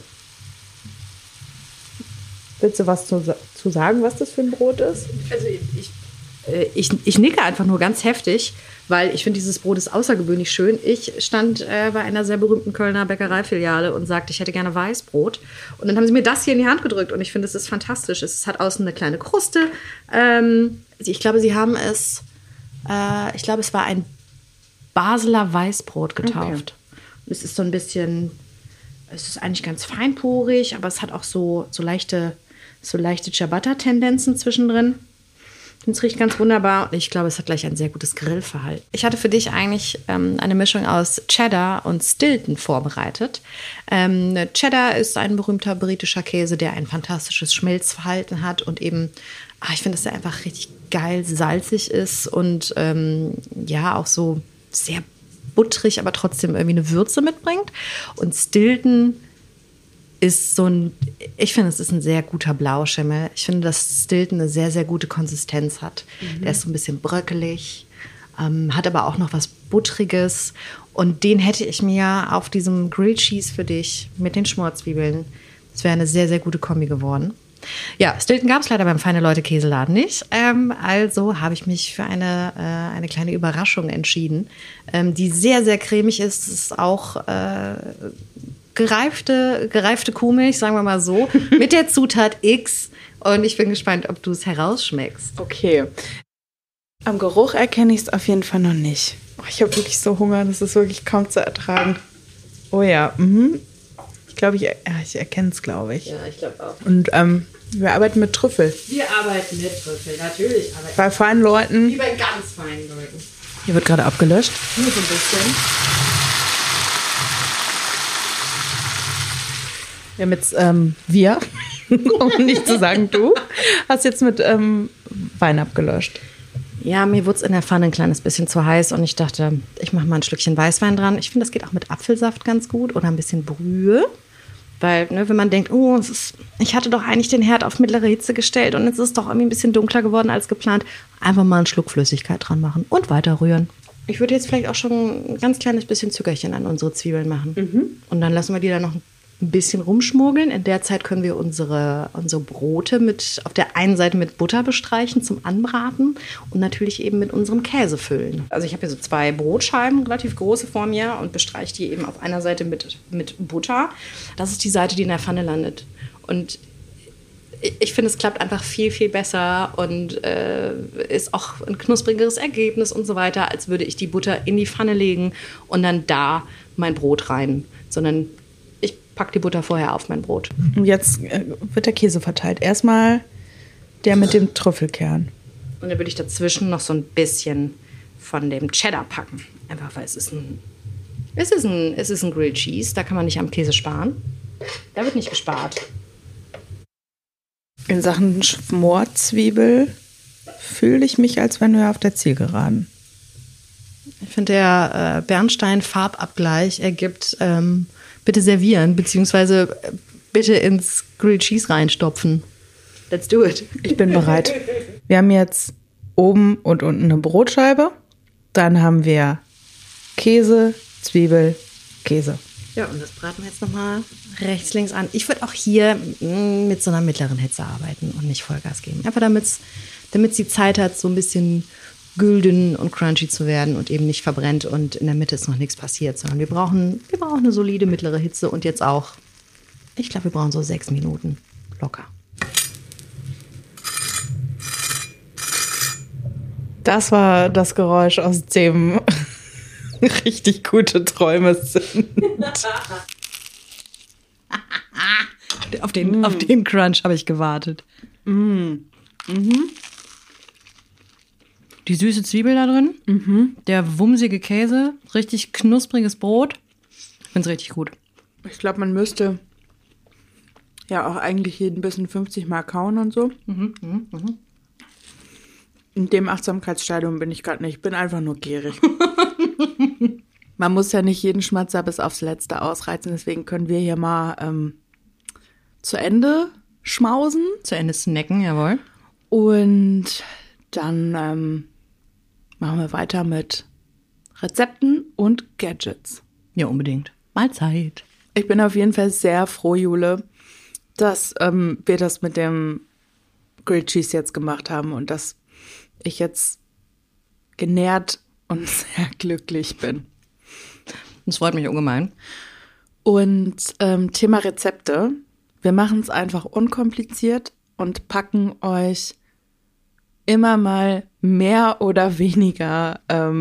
Willst du was zu sagen, was das für ein Brot ist? Also ich nicke einfach nur ganz heftig, weil ich finde, dieses Brot ist außergewöhnlich schön. Ich stand bei einer sehr berühmten Kölner Bäckereifiliale und sagte, ich hätte gerne Weißbrot. Und dann haben sie mir das hier in die Hand gedrückt und ich finde, es ist fantastisch. Es hat außen eine kleine Kruste. Ich glaube, sie haben es, es war ein Basler Weißbrot getauft. Okay. Es ist so ein bisschen, es ist eigentlich ganz feinporig, aber es hat auch so leichte Ciabatta-Tendenzen zwischendrin. Es riecht ganz wunderbar und ich glaube, es hat gleich ein sehr gutes Grillverhalten. Ich hatte für dich eigentlich eine Mischung aus Cheddar und Stilton vorbereitet. Cheddar ist ein berühmter britischer Käse, der ein fantastisches Schmelzverhalten hat und eben, ich finde, dass er einfach richtig geil salzig ist und auch so sehr butterig, aber trotzdem irgendwie eine Würze mitbringt. Und Stilton ist ich finde, es ist ein sehr guter Blauschimmel. Ich finde, dass Stilton eine sehr, sehr gute Konsistenz hat. Der ist so ein bisschen bröckelig, hat aber auch noch was Buttriges. Und den hätte ich mir auf diesem Grilled Cheese für dich mit den Schmorzwiebeln, das wäre eine sehr, sehr gute Kombi geworden. Ja, Stilton gab es leider beim Feine-Leute-Käseladen nicht. Also habe ich mich für eine kleine Überraschung entschieden, die sehr, sehr cremig ist. Es ist auch gereifte Kuhmilch, sagen wir mal so, mit der Zutat X. Und ich bin gespannt, ob du es herausschmeckst. Okay. Am Geruch erkenne ich es auf jeden Fall noch nicht. Ich habe wirklich so Hunger, das ist wirklich kaum zu ertragen. Oh ja, Ich glaube, ich erkenne es, glaube ich. Ja, ich glaube auch. Und wir arbeiten mit Trüffel. Wir arbeiten mit Trüffel, natürlich. Bei feinen Leuten. Wie bei ganz feinen Leuten. Hier wird gerade abgelöscht. Nur so ein bisschen. Wir haben jetzt, um nicht zu sagen du, hast jetzt mit Wein abgelöscht. Ja, mir wurde es in der Pfanne ein kleines bisschen zu heiß und ich dachte, ich mache mal ein Schlückchen Weißwein dran. Ich finde, das geht auch mit Apfelsaft ganz gut oder ein bisschen Brühe. Weil, wenn man denkt, ich hatte doch eigentlich den Herd auf mittlere Hitze gestellt und jetzt ist es doch irgendwie ein bisschen dunkler geworden als geplant, einfach mal einen Schluck Flüssigkeit dran machen und weiter rühren. Ich würde jetzt vielleicht auch schon ein ganz kleines bisschen Zuckerchen an unsere Zwiebeln machen. Und dann lassen wir die da noch ein bisschen rumschmuggeln. In der Zeit können wir unsere Brote auf der einen Seite mit Butter bestreichen zum Anbraten und natürlich eben mit unserem Käse füllen. Also ich habe hier so 2 Brotscheiben, relativ große vor mir, und bestreiche die eben auf einer Seite mit Butter. Das ist die Seite, die in der Pfanne landet. Und ich finde, es klappt einfach viel, viel besser und ist auch ein knusprigeres Ergebnis und so weiter, als würde ich die Butter in die Pfanne legen und dann da mein Brot rein. Sondern ich packe die Butter vorher auf mein Brot. Und jetzt wird der Käse verteilt. Erstmal der mit dem Trüffelkern. Und dann würde ich dazwischen noch so ein bisschen von dem Cheddar packen. Einfach weil es ist ein Grilled Cheese, da kann man nicht am Käse sparen. Da wird nicht gespart. In Sachen Schmorzwiebel fühle ich mich, als wenn wir auf der Zielgeraden. Ich finde, der Bernstein-Farbabgleich ergibt, bitte servieren, beziehungsweise bitte ins Grilled Cheese reinstopfen. Let's do it. Ich bin bereit. Wir haben jetzt oben und unten eine Brotscheibe. Dann haben wir Käse, Zwiebel, Käse. Ja, und das braten wir jetzt nochmal rechts, links an. Ich würde auch hier mit so einer mittleren Hitze arbeiten und nicht Vollgas geben. Einfach damit sie Zeit hat, so ein bisschen gülden und crunchy zu werden und eben nicht verbrennt und in der Mitte ist noch nichts passiert, sondern wir brauchen eine solide mittlere Hitze und jetzt auch, ich glaube, wir brauchen so 6 Minuten locker. Das war das Geräusch, aus dem richtig gute Träume sind. Auf den Crunch habe ich gewartet. Die süße Zwiebel da drin, der wumsige Käse, richtig knuspriges Brot. Ich finde es richtig gut. Ich glaube, man müsste ja auch eigentlich jeden Bissen 50 Mal kauen und so. In dem Achtsamkeitsstadium bin ich gerade nicht. Ich bin einfach nur gierig. Man muss ja nicht jeden Schmatzer bis aufs Letzte ausreizen. Deswegen können wir hier mal zu Ende schmausen. Zu Ende snacken, jawohl. Und dann machen wir weiter mit Rezepten und Gadgets. Ja, unbedingt. Mahlzeit. Ich bin auf jeden Fall sehr froh, Jule, dass wir das mit dem Grilled Cheese jetzt gemacht haben und dass ich jetzt genährt und sehr glücklich bin. Das freut mich ungemein. Und Thema Rezepte. Wir machen es einfach unkompliziert und packen euch immer mal mehr oder weniger,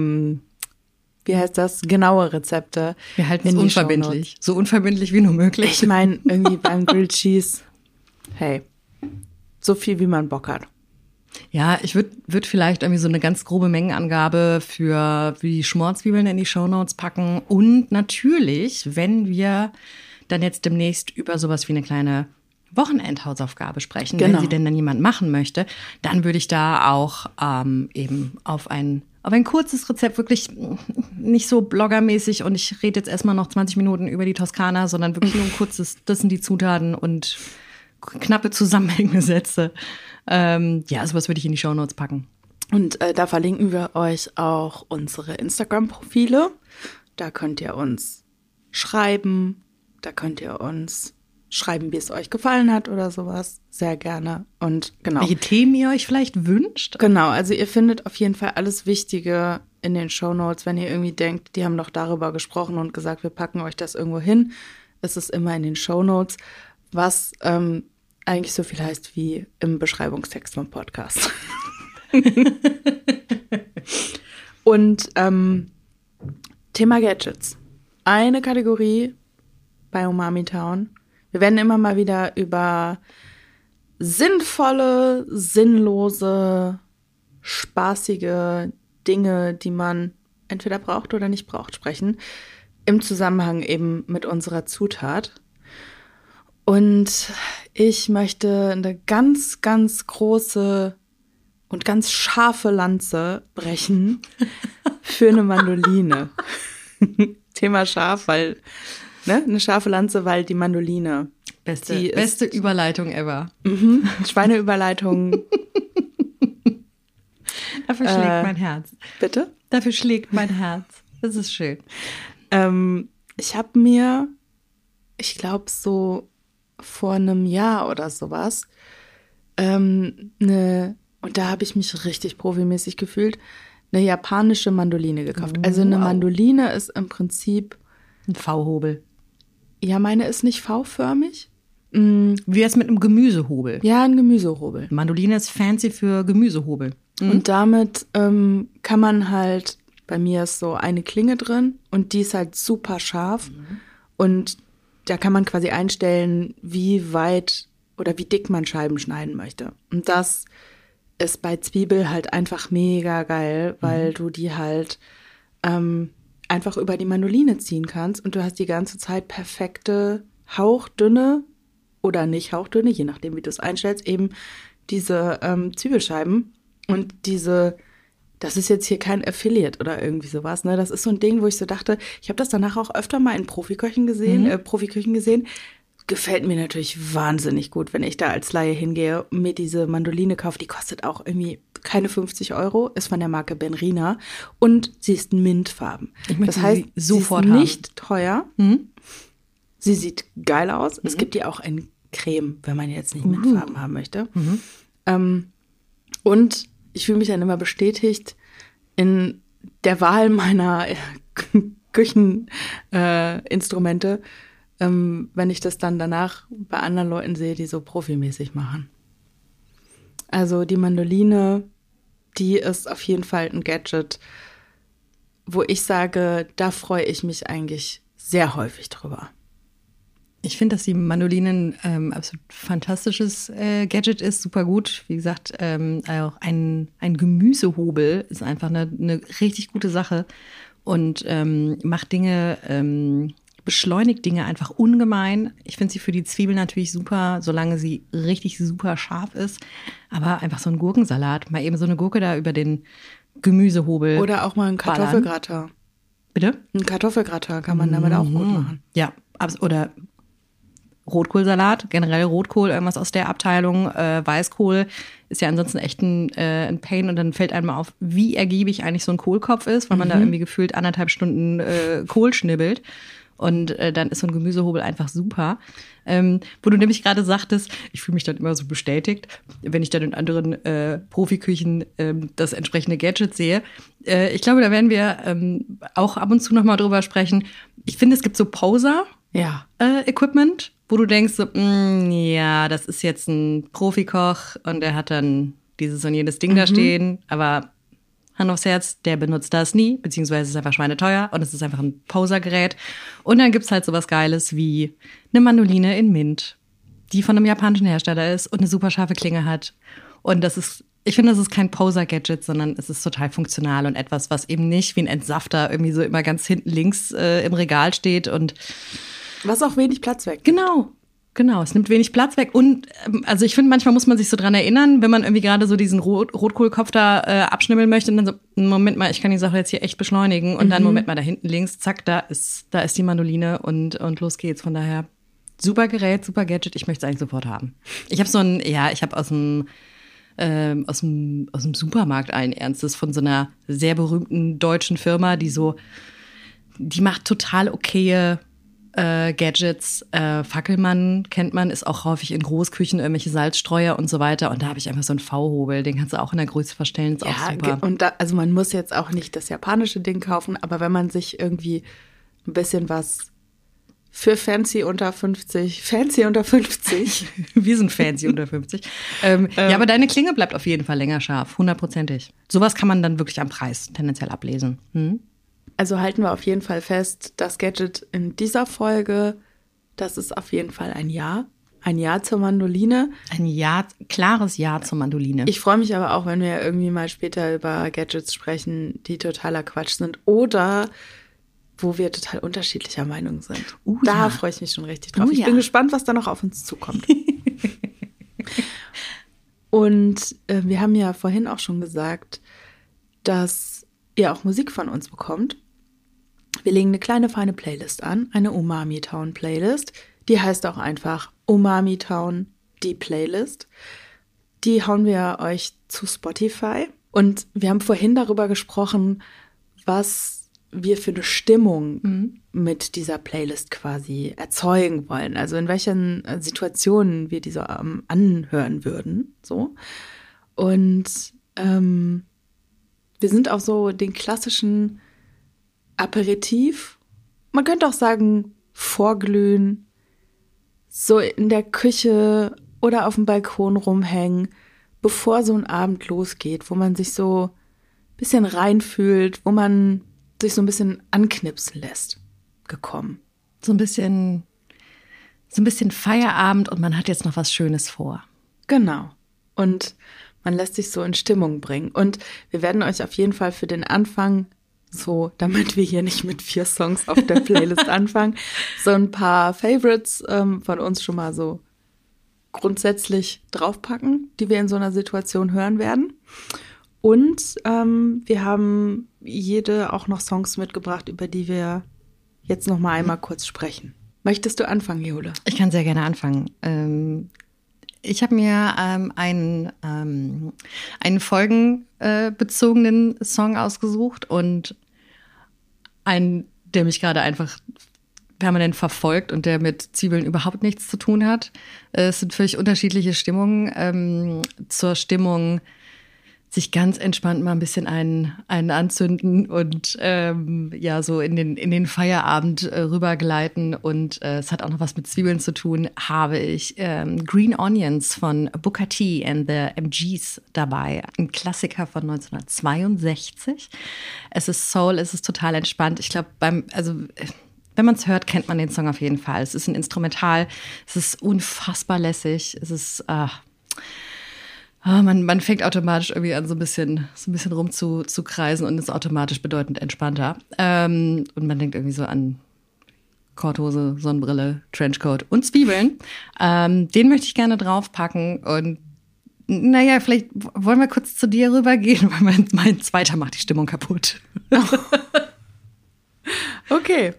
wie heißt das, genaue Rezepte. Wir halten es unverbindlich. So unverbindlich wie nur möglich. Ich meine, irgendwie beim Grilled Cheese, hey, so viel wie man Bock hat. Ja, ich würd vielleicht irgendwie so eine ganz grobe Mengenangabe für die Schmorzwiebeln in die Shownotes packen. Und natürlich, wenn wir dann jetzt demnächst über sowas wie eine kleine Wochenendhausaufgabe sprechen, genau. Wenn sie denn dann jemand machen möchte, dann würde ich da auch eben auf ein kurzes Rezept, wirklich nicht so bloggermäßig und ich rede jetzt erstmal noch 20 Minuten über die Toskana, sondern wirklich nur ein kurzes, das sind die Zutaten und knappe zusammenhängende Sätze. Ja, sowas würde ich in die Shownotes packen. Und da verlinken wir euch auch unsere Instagram-Profile. Da könnt ihr uns schreiben, da könnt ihr uns schreiben, wie es euch gefallen hat oder sowas. Sehr gerne. Und genau. Welche Themen ihr euch vielleicht wünscht? Genau, also ihr findet auf jeden Fall alles Wichtige in den Shownotes. Wenn ihr irgendwie denkt, die haben doch darüber gesprochen und gesagt, wir packen euch das irgendwo hin, ist es immer in den Shownotes, was eigentlich so viel heißt wie im Beschreibungstext vom Podcast. Und Thema Gadgets. Eine Kategorie bei Umami Town. Wir werden immer mal wieder über sinnvolle, sinnlose, spaßige Dinge, die man entweder braucht oder nicht braucht, sprechen. Im Zusammenhang eben mit unserer Zutat. Und ich möchte eine ganz, ganz große und ganz scharfe Lanze brechen für eine Mandoline. Thema scharf, weil, ne, eine scharfe Lanze, weil die Mandoline. Beste Überleitung ever. Schweineüberleitung. Dafür schlägt mein Herz. Bitte? Dafür schlägt mein Herz. Das ist schön. ich glaube, so vor einem Jahr oder sowas, und da habe ich mich richtig profimäßig gefühlt, eine japanische Mandoline gekauft. Also eine Mandoline ist im Prinzip ein V-Hobel. Ja, meine ist nicht V-förmig. Wie jetzt mit einem Gemüsehobel. Ja, ein Gemüsehobel. Mandoline ist fancy für Gemüsehobel. Und damit kann man halt, bei mir ist so eine Klinge drin und die ist halt super scharf. Und da kann man quasi einstellen, wie weit oder wie dick man Scheiben schneiden möchte. Und das ist bei Zwiebel halt einfach mega geil, weil du die halt einfach über die Mandoline ziehen kannst und du hast die ganze Zeit perfekte, hauchdünne oder nicht hauchdünne, je nachdem, wie du es einstellst, eben diese Zwiebelscheiben. Und das ist jetzt hier kein Affiliate oder irgendwie sowas, ne? Das ist so ein Ding, wo ich so dachte, ich habe das danach auch öfter mal in Profiküchen gesehen. Gefällt mir natürlich wahnsinnig gut, wenn ich da als Laie hingehe und mir diese Mandoline kaufe. Die kostet auch irgendwie keine 50 €, ist von der Marke Benrina und sie ist mintfarben. Das heißt, sie ist nicht teuer. Sie sieht geil aus. Es gibt die auch in Creme, wenn man jetzt nicht Mintfarben haben möchte. Und ich fühle mich dann immer bestätigt in der Wahl meiner Kücheninstrumente, wenn ich das dann danach bei anderen Leuten sehe, die so profimäßig machen. Also die Mandoline, die ist auf jeden Fall ein Gadget, wo ich sage, da freue ich mich eigentlich sehr häufig drüber. Ich finde, dass die Mandoline ein absolut fantastisches Gadget ist, super gut. Wie gesagt, auch ein Gemüsehobel ist einfach eine richtig gute Sache und macht Dinge, beschleunigt Dinge einfach ungemein. Ich finde sie für die Zwiebel natürlich super, solange sie richtig super scharf ist. Aber einfach so ein Gurkensalat, mal eben so eine Gurke da über den Gemüsehobel. Oder auch mal ein Kartoffelgratin. Bitte? Ein Kartoffelgratin kann man damit auch gut machen. Ja, oder Rotkohlsalat, generell Rotkohl, irgendwas aus der Abteilung. Weißkohl ist ja ansonsten echt ein Pain und dann fällt einem auf, wie ergiebig eigentlich so ein Kohlkopf ist, weil man da irgendwie gefühlt 1,5 Stunden Kohl schnibbelt. Und dann ist so ein Gemüsehobel einfach super. Wo du nämlich gerade sagtest, ich fühle mich dann immer so bestätigt, wenn ich dann in anderen Profiküchen das entsprechende Gadget sehe. Ich glaube, da werden wir auch ab und zu noch mal drüber sprechen. Ich finde, es gibt so Poser-Equipment, wo du denkst, so, ja, das ist jetzt ein Profikoch und der hat dann dieses und jedes Ding da stehen, aber Hand aufs Herz, der benutzt das nie, beziehungsweise es ist einfach schweineteuer und es ist einfach ein Posergerät. Und dann gibt's halt sowas Geiles wie eine Mandoline in Mint, die von einem japanischen Hersteller ist und eine super scharfe Klinge hat. Und ich finde, das ist kein Poser-Gadget, sondern es ist total funktional und etwas, was eben nicht wie ein Entsafter irgendwie so immer ganz hinten links im Regal steht und was auch wenig Platz weg. Genau, es nimmt wenig Platz weg und also ich finde, manchmal muss man sich so dran erinnern, wenn man irgendwie gerade so diesen Rotkohlkopf da abschnibbeln möchte und dann so, Moment mal, ich kann die Sache jetzt hier echt beschleunigen und dann Moment mal da hinten links, zack, da ist die Mandoline und los geht's. Von daher super Gerät, super Gadget, ich möchte es eigentlich sofort haben. Ich habe aus dem Supermarkt allen Ernstes von so einer sehr berühmten deutschen Firma, die macht total okaye Gadgets. Fackelmann kennt man, ist auch häufig in Großküchen, irgendwelche Salzstreuer und so weiter. Und da habe ich einfach so einen V-Hobel, den kannst du auch in der Größe verstellen, ist auch super. Und also man muss jetzt auch nicht das japanische Ding kaufen, aber wenn man sich irgendwie ein bisschen was für Fancy unter 50. Wir sind Fancy unter 50. Ja, aber deine Klinge bleibt auf jeden Fall länger scharf, 100%. Sowas kann man dann wirklich am Preis tendenziell ablesen. Also halten wir auf jeden Fall fest, das Gadget in dieser Folge, das ist auf jeden Fall ein Ja. Ein Ja zur Mandoline. Ein Ja, klares Ja zur Mandoline. Ich freue mich aber auch, wenn wir irgendwie mal später über Gadgets sprechen, die totaler Quatsch sind oder wo wir total unterschiedlicher Meinung sind. Da freue ich mich schon richtig drauf. Ich bin gespannt, was da noch auf uns zukommt. Und wir haben ja vorhin auch schon gesagt, dass ihr auch Musik von uns bekommt. Wir legen eine kleine, feine Playlist an, eine Umami Town Playlist. Die heißt auch einfach Umami Town, die Playlist. Die hauen wir euch zu Spotify. Und wir haben vorhin darüber gesprochen, was wir für eine Stimmung mit dieser Playlist quasi erzeugen wollen. Also in welchen Situationen wir diese anhören würden. So. Und wir sind auch so den klassischen Aperitif, man könnte auch sagen Vorglühen, so in der Küche oder auf dem Balkon rumhängen, bevor so ein Abend losgeht, wo man sich so ein bisschen reinfühlt, wo man sich so ein bisschen anknipsen lässt, gekommen. So ein bisschen Feierabend und man hat jetzt noch was Schönes vor. Genau. Und man lässt sich so in Stimmung bringen. Und wir werden euch auf jeden Fall für den Anfang, so, damit wir hier nicht mit 4 Songs auf der Playlist anfangen, so ein paar Favorites von uns schon mal so grundsätzlich draufpacken, die wir in so einer Situation hören werden. Und wir haben jede auch noch Songs mitgebracht, über die wir jetzt noch mal einmal kurz sprechen. Möchtest du anfangen, Jule? Ich kann sehr gerne anfangen. Ich habe mir einen folgenbezogenen Song ausgesucht und einen, der mich gerade einfach permanent verfolgt und der mit Zwiebeln überhaupt nichts zu tun hat. Es sind völlig unterschiedliche Stimmungen. Zur Stimmung sich ganz entspannt mal ein bisschen einen anzünden und ja so in den Feierabend rübergleiten. Und es hat auch noch was mit Zwiebeln zu tun, habe ich Green Onions von Booker T and the MGs dabei. Ein Klassiker von 1962. Es ist Soul, es ist total entspannt. Ich glaube, wenn man es hört, kennt man den Song auf jeden Fall. Es ist ein Instrumental, es ist unfassbar lässig, es ist man fängt automatisch irgendwie an, so ein bisschen rum zu kreisen und ist automatisch bedeutend entspannter. Und man denkt irgendwie so an Korthose, Sonnenbrille, Trenchcoat und Zwiebeln. Den möchte ich gerne draufpacken. Und naja, vielleicht wollen wir kurz zu dir rübergehen, weil mein zweiter macht die Stimmung kaputt. Okay.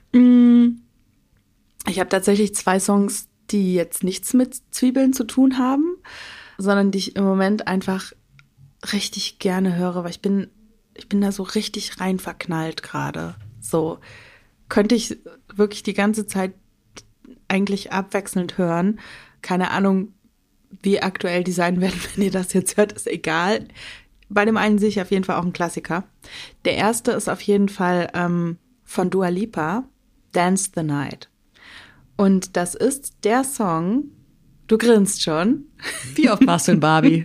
Ich habe tatsächlich 2 Songs, die jetzt nichts mit Zwiebeln zu tun haben, sondern die ich im Moment einfach richtig gerne höre, weil ich bin da so richtig rein verknallt gerade. So könnte ich wirklich die ganze Zeit eigentlich abwechselnd hören. Keine Ahnung, wie aktuell die sein werden, wenn ihr das jetzt hört, ist egal. Bei dem einen sehe ich auf jeden Fall auch einen Klassiker. Der erste ist auf jeden Fall von Dua Lipa, Dance the Night. Und das ist der Song. Du grinst schon. Wie oft warst du in Barbie?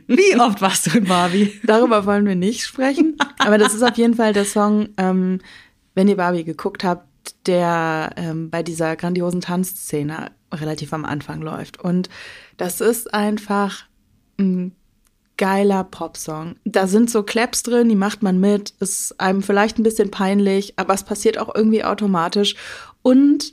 Darüber wollen wir nicht sprechen. Aber das ist auf jeden Fall der Song, wenn ihr Barbie geguckt habt, der bei dieser grandiosen Tanzszene relativ am Anfang läuft. Und das ist einfach ein geiler Popsong. Da sind so Claps drin, die macht man mit. Ist einem vielleicht ein bisschen peinlich, aber es passiert auch irgendwie automatisch. Und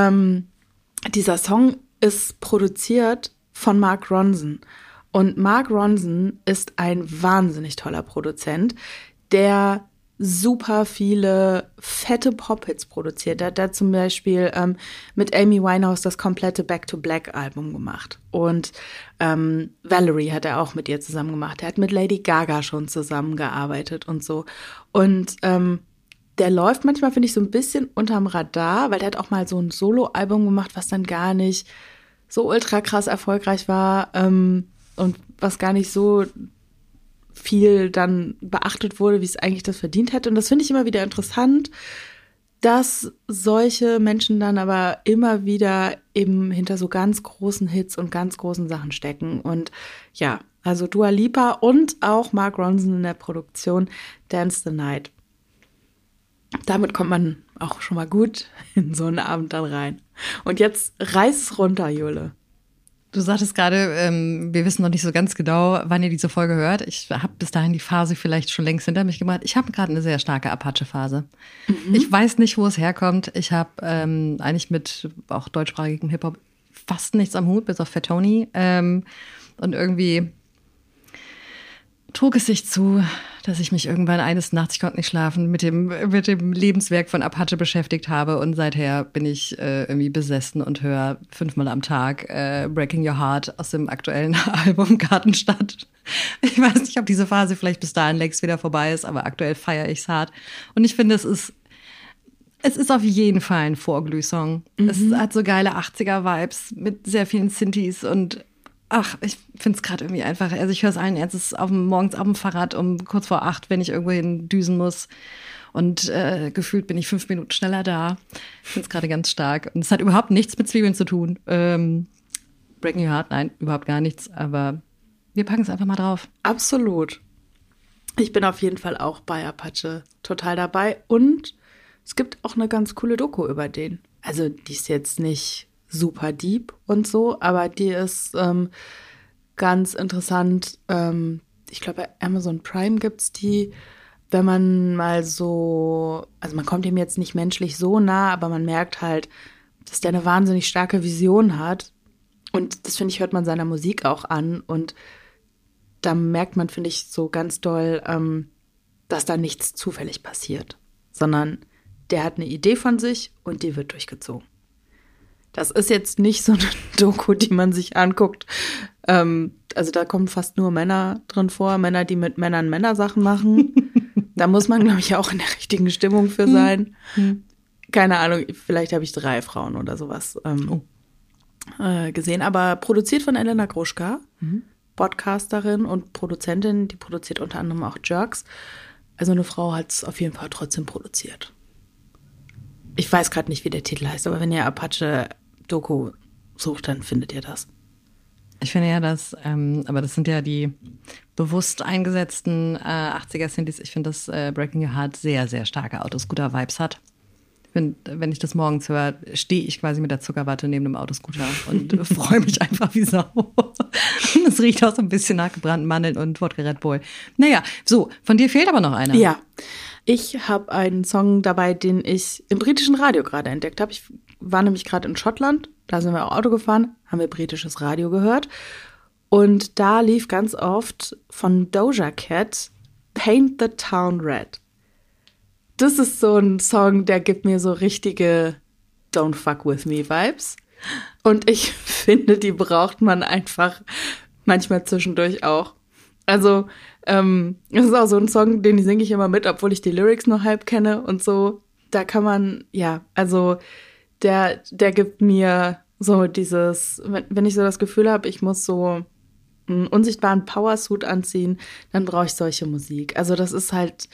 dieser Song ist produziert von Mark Ronson. Und Mark Ronson ist ein wahnsinnig toller Produzent, der super viele fette Pop-Hits produziert. Der hat da zum Beispiel mit Amy Winehouse das komplette Back to Black Album gemacht. Und Valerie hat er auch mit ihr zusammen gemacht. Er hat mit Lady Gaga schon zusammengearbeitet und so. Und der läuft manchmal, finde ich, so ein bisschen unterm Radar, weil der hat auch mal so ein Solo-Album gemacht, was dann gar nicht so ultra krass erfolgreich war und was gar nicht so viel dann beachtet wurde, wie es eigentlich das verdient hätte. Und das finde ich immer wieder interessant, dass solche Menschen dann aber immer wieder eben hinter so ganz großen Hits und ganz großen Sachen stecken. Und ja, also Dua Lipa und auch Mark Ronson in der Produktion Dance the Night. Damit kommt man auch schon mal gut in so einen Abend dann rein. Und jetzt reiß es runter, Jule. Du sagtest gerade, wir wissen noch nicht so ganz genau, wann ihr diese Folge hört. Ich habe bis dahin die Phase vielleicht schon längst hinter mich gebracht. Ich habe gerade eine sehr starke Apache-Phase. Mhm. Ich weiß nicht, wo es herkommt. Ich habe eigentlich mit auch deutschsprachigem Hip-Hop fast nichts am Hut, bis auf Fat Tony. Und irgendwie trug es sich zu, dass ich mich irgendwann eines Nachts, ich konnte nicht schlafen, mit dem Lebenswerk von Apache beschäftigt habe. Und seither bin ich irgendwie besessen und höre 5-mal am Tag Breaking Your Heart aus dem aktuellen Album Gartenstadt. Ich weiß nicht, ob diese Phase vielleicht bis dahin längst wieder vorbei ist, aber aktuell feiere ich es hart. Und ich finde, es ist Es ist auf jeden Fall ein Vorglühsong. Es hat so geile 80er-Vibes mit sehr vielen Synthes und ich finde es gerade irgendwie einfach. Also ich höre es allen Ernstes morgens auf dem Fahrrad um kurz vor 8, wenn ich irgendwo hin düsen muss. Und gefühlt bin ich 5 Minuten schneller da. Ich finde es gerade ganz stark. Und es hat überhaupt nichts mit Zwiebeln zu tun. Breaking Your Heart, nein, überhaupt gar nichts. Aber wir packen es einfach mal drauf. Absolut. Ich bin auf jeden Fall auch bei Apache total dabei. Und es gibt auch eine ganz coole Doku über den. Also die ist jetzt nicht super deep und so, aber die ist ganz interessant. Ich glaube, bei Amazon Prime gibt's die, wenn man mal so, also man kommt ihm jetzt nicht menschlich so nah, aber man merkt halt, dass der eine wahnsinnig starke Vision hat. Und das, finde ich, hört man seiner Musik auch an. Und da merkt man, finde ich, so ganz doll, dass da nichts zufällig passiert, sondern der hat eine Idee von sich und die wird durchgezogen. Das ist jetzt nicht so eine Doku, die man sich anguckt. Also da kommen fast nur Männer drin vor, Männer, die mit Männern Männersachen machen. Da muss man, glaube ich, auch in der richtigen Stimmung für sein. Keine Ahnung, vielleicht habe ich 3 Frauen oder sowas gesehen. Aber produziert von Elena Gruschka, Podcasterin und Produzentin. Die produziert unter anderem auch Jerks. Also eine Frau hat es auf jeden Fall trotzdem produziert. Ich weiß gerade nicht, wie der Titel heißt, aber wenn ihr Apache-Doku sucht, dann findet ihr das. Ich finde ja, aber das sind ja die bewusst eingesetzten 80er-Synthes. Ich finde, dass Breaking Your Heart sehr, sehr starke Autoscooter-Vibes hat. Wenn ich das morgens höre, stehe ich quasi mit der Zuckerwatte neben dem Autoscooter und freue mich einfach wie Sau. Es riecht auch so ein bisschen nach gebrannten Mandeln und Wodka Red Bull. Naja, so, von dir fehlt aber noch einer. Ja, ich habe einen Song dabei, den ich im britischen Radio gerade entdeckt habe. Ich war nämlich gerade in Schottland, da sind wir auch Auto gefahren, haben wir britisches Radio gehört. Und da lief ganz oft von Doja Cat Paint the Town Red. Das ist so ein Song, der gibt mir so richtige Don't Fuck With Me Vibes. Und ich finde, die braucht man einfach manchmal zwischendurch auch. Also, das ist auch so ein Song, den singe ich immer mit, obwohl ich die Lyrics nur halb kenne und so. Da kann man, also der gibt mir so dieses, wenn ich so das Gefühl habe, ich muss so einen unsichtbaren Powersuit anziehen, dann brauche ich solche Musik. Also das ist halt,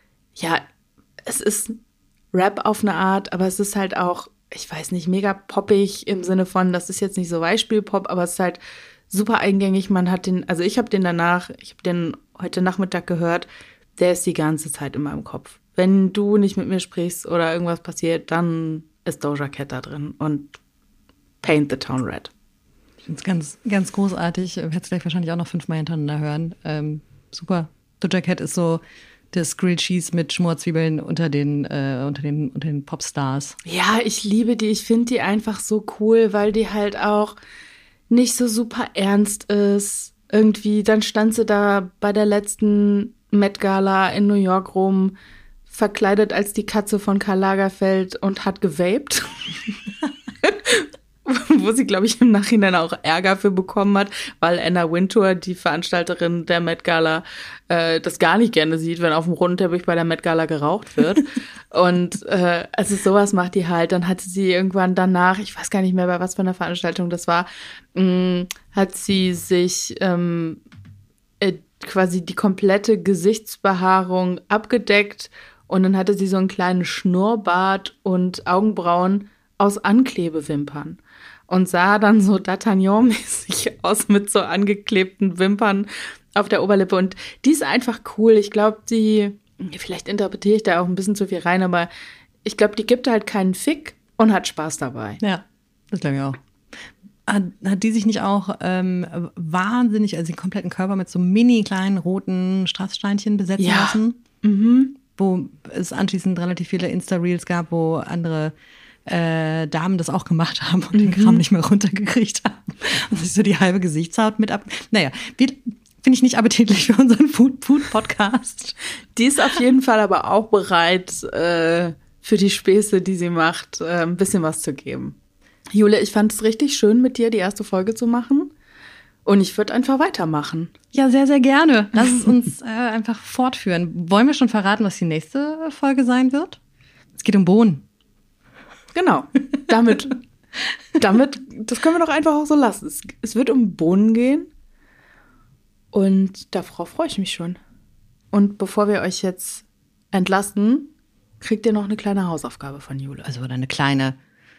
es ist Rap auf eine Art, aber es ist halt auch, ich weiß nicht, mega poppig im Sinne von, das ist jetzt nicht so Beispielpop, aber es ist halt super eingängig. Ich habe den heute Nachmittag gehört, der ist die ganze Zeit in meinem Kopf. Wenn du nicht mit mir sprichst oder irgendwas passiert, dann ist Doja Cat da drin und Paint the Town Red. Ich finde es ganz, ganz großartig. Ich werde es gleich wahrscheinlich auch noch 5-mal hintereinander hören. Super. Doja Cat ist so das Grilled Cheese mit Schmorzwiebeln unter den Popstars. Ja, ich liebe die. Ich finde die einfach so cool, weil die halt auch nicht so super ernst ist. Irgendwie, dann stand sie da bei der letzten Met Gala in New York rum, verkleidet als die Katze von Karl Lagerfeld und hat gewaped. Wo sie, glaube ich, im Nachhinein auch Ärger für bekommen hat, weil Anna Wintour, die Veranstalterin der Met Gala, das gar nicht gerne sieht, wenn auf dem roten Teppich bei der Met Gala geraucht wird. Und also sowas macht die halt. Dann hatte sie irgendwann danach, ich weiß gar nicht mehr, bei was für einer Veranstaltung das war, hat sie sich quasi die komplette Gesichtsbehaarung abgedeckt und dann hatte sie so einen kleinen Schnurrbart und Augenbrauen aus Anklebewimpern und sah dann so D'Artagnan-mäßig aus mit so angeklebten Wimpern auf der Oberlippe. Und die ist einfach cool. Ich glaube, vielleicht interpretiere ich da auch ein bisschen zu viel rein, aber ich glaube, die gibt halt keinen Fick und hat Spaß dabei. Ja, das glaube ich auch. Hat die sich nicht auch wahnsinnig, also den kompletten Körper mit so mini kleinen roten Strasssteinchen besetzen lassen? Mhm. Wo es anschließend relativ viele Insta-Reels gab, wo andere Damen das auch gemacht haben und den Kram nicht mehr runtergekriegt haben und sich so die halbe Gesichtshaut mit ab. Naja, finde ich nicht appetitlich für unseren Food-Podcast. Die ist auf jeden Fall aber auch bereit, für die Späße, die sie macht, ein bisschen was zu geben. Jule, ich fand es richtig schön, mit dir die erste Folge zu machen. Und ich würde einfach weitermachen. Ja, sehr, sehr gerne. Lass es uns einfach fortführen. Wollen wir schon verraten, was die nächste Folge sein wird? Es geht um Bohnen. Genau. Damit, das können wir doch einfach auch so lassen. Es wird um Bohnen gehen. Und darauf freue ich mich schon. Und bevor wir euch jetzt entlassen, kriegt ihr noch eine kleine Hausaufgabe von Jule. Also oder eine kleine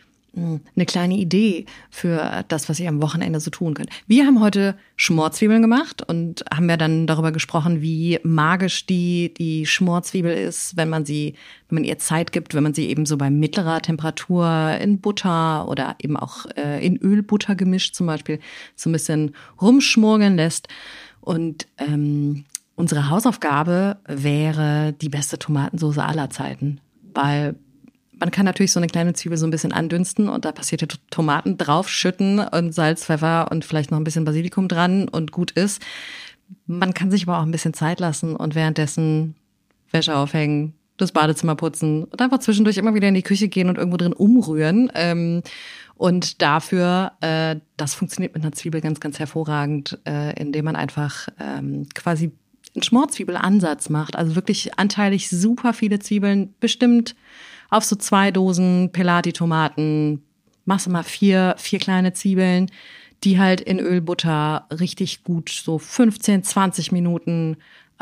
Idee für das, was ihr am Wochenende so tun könnt. Wir haben heute Schmorzwiebeln gemacht und haben ja dann darüber gesprochen, wie magisch die Schmorzwiebel ist, wenn man ihr Zeit gibt, wenn man sie eben so bei mittlerer Temperatur in Butter oder eben auch in Ölbutter gemischt zum Beispiel so ein bisschen rumschmorgeln lässt. Und unsere Hausaufgabe wäre die beste Tomatensauce aller Zeiten, weil man kann natürlich so eine kleine Zwiebel so ein bisschen andünsten und da passierte Tomaten draufschütten und Salz, Pfeffer und vielleicht noch ein bisschen Basilikum dran und gut ist. Man kann sich aber auch ein bisschen Zeit lassen und währenddessen Wäsche aufhängen, das Badezimmer putzen und einfach zwischendurch immer wieder in die Küche gehen und irgendwo drin umrühren. Und dafür, das funktioniert mit einer Zwiebel ganz, ganz hervorragend, indem man einfach quasi einen Schmorzwiebelansatz macht. Also wirklich anteilig super viele Zwiebeln, bestimmt auf so 2 Dosen Pelati-Tomaten, machst du mal 4 kleine Zwiebeln, die halt in Ölbutter richtig gut so 15, 20 Minuten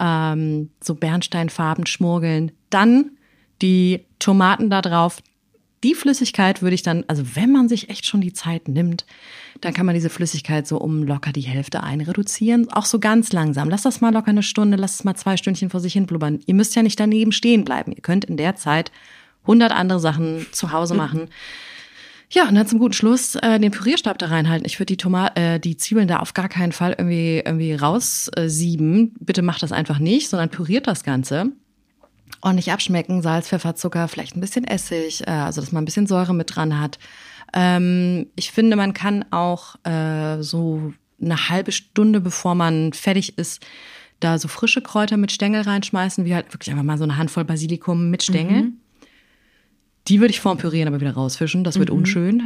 so bernsteinfarben schmorgeln. Dann die Tomaten da drauf. Die Flüssigkeit würde ich dann, also wenn man sich echt schon die Zeit nimmt, dann kann man diese Flüssigkeit so um locker die Hälfte einreduzieren. Auch so ganz langsam. Lasst das mal locker eine Stunde, lasst es mal 2 Stündchen vor sich hin blubbern. Ihr müsst ja nicht daneben stehen bleiben. Ihr könnt in der Zeit 100 andere Sachen zu Hause machen. Ja, und dann zum guten Schluss den Pürierstab da reinhalten. Ich würde die Zwiebeln da auf gar keinen Fall irgendwie raussieben. Bitte macht das einfach nicht, sondern püriert das Ganze. Ordentlich abschmecken, Salz, Pfeffer, Zucker, vielleicht ein bisschen Essig, also dass man ein bisschen Säure mit dran hat. Ich finde, man kann auch so eine halbe Stunde, bevor man fertig ist, da so frische Kräuter mit Stängel reinschmeißen, wie halt wirklich einfach mal so eine Handvoll Basilikum mit Stängel. Die würde ich vorm Pürieren aber wieder rausfischen, das wird unschön.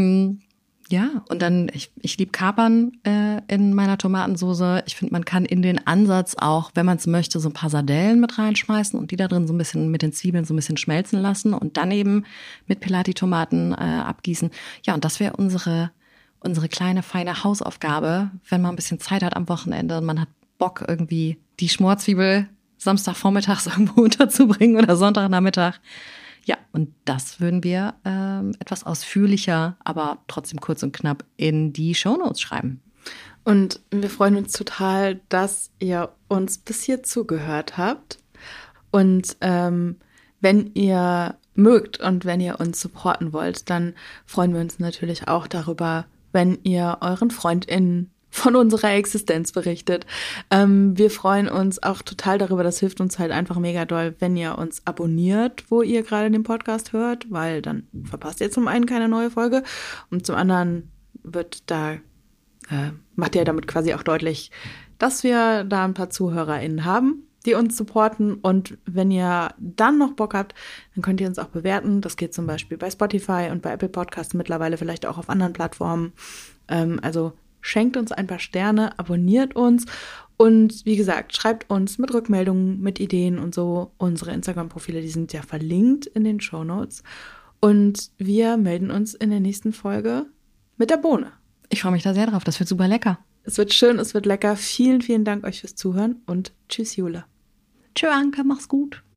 Ja, und dann, ich liebe Kapern in meiner Tomatensauce. Ich finde, man kann in den Ansatz auch, wenn man es möchte, so ein paar Sardellen mit reinschmeißen und die da drin so ein bisschen mit den Zwiebeln so ein bisschen schmelzen lassen und dann eben mit Pelati-Tomaten abgießen. Ja, und das wäre unsere kleine, feine Hausaufgabe, wenn man ein bisschen Zeit hat am Wochenende und man hat Bock, irgendwie die Schmorzwiebel Samstagvormittags irgendwo unterzubringen oder Sonntagnachmittag. Ja, und das würden wir etwas ausführlicher, aber trotzdem kurz und knapp in die Shownotes schreiben. Und wir freuen uns total, dass ihr uns bis hier zugehört habt. Und wenn ihr mögt und wenn ihr uns supporten wollt, dann freuen wir uns natürlich auch darüber, wenn ihr euren FreundInnen von unserer Existenz berichtet. Wir freuen uns auch total darüber, das hilft uns halt einfach mega doll, wenn ihr uns abonniert, wo ihr gerade den Podcast hört, weil dann verpasst ihr zum einen keine neue Folge und zum anderen macht ihr damit quasi auch deutlich, dass wir da ein paar ZuhörerInnen haben, die uns supporten, und wenn ihr dann noch Bock habt, dann könnt ihr uns auch bewerten. Das geht zum Beispiel bei Spotify und bei Apple Podcasts, mittlerweile vielleicht auch auf anderen Plattformen. Also schenkt uns ein paar Sterne, abonniert uns und wie gesagt, schreibt uns mit Rückmeldungen, mit Ideen und so. Unsere Instagram-Profile, die sind ja verlinkt in den Shownotes. Und wir melden uns in der nächsten Folge mit der Bohne. Ich freue mich da sehr drauf, das wird super lecker. Es wird schön, es wird lecker. Vielen, vielen Dank euch fürs Zuhören und tschüss, Jule. Tschö, Anke, mach's gut.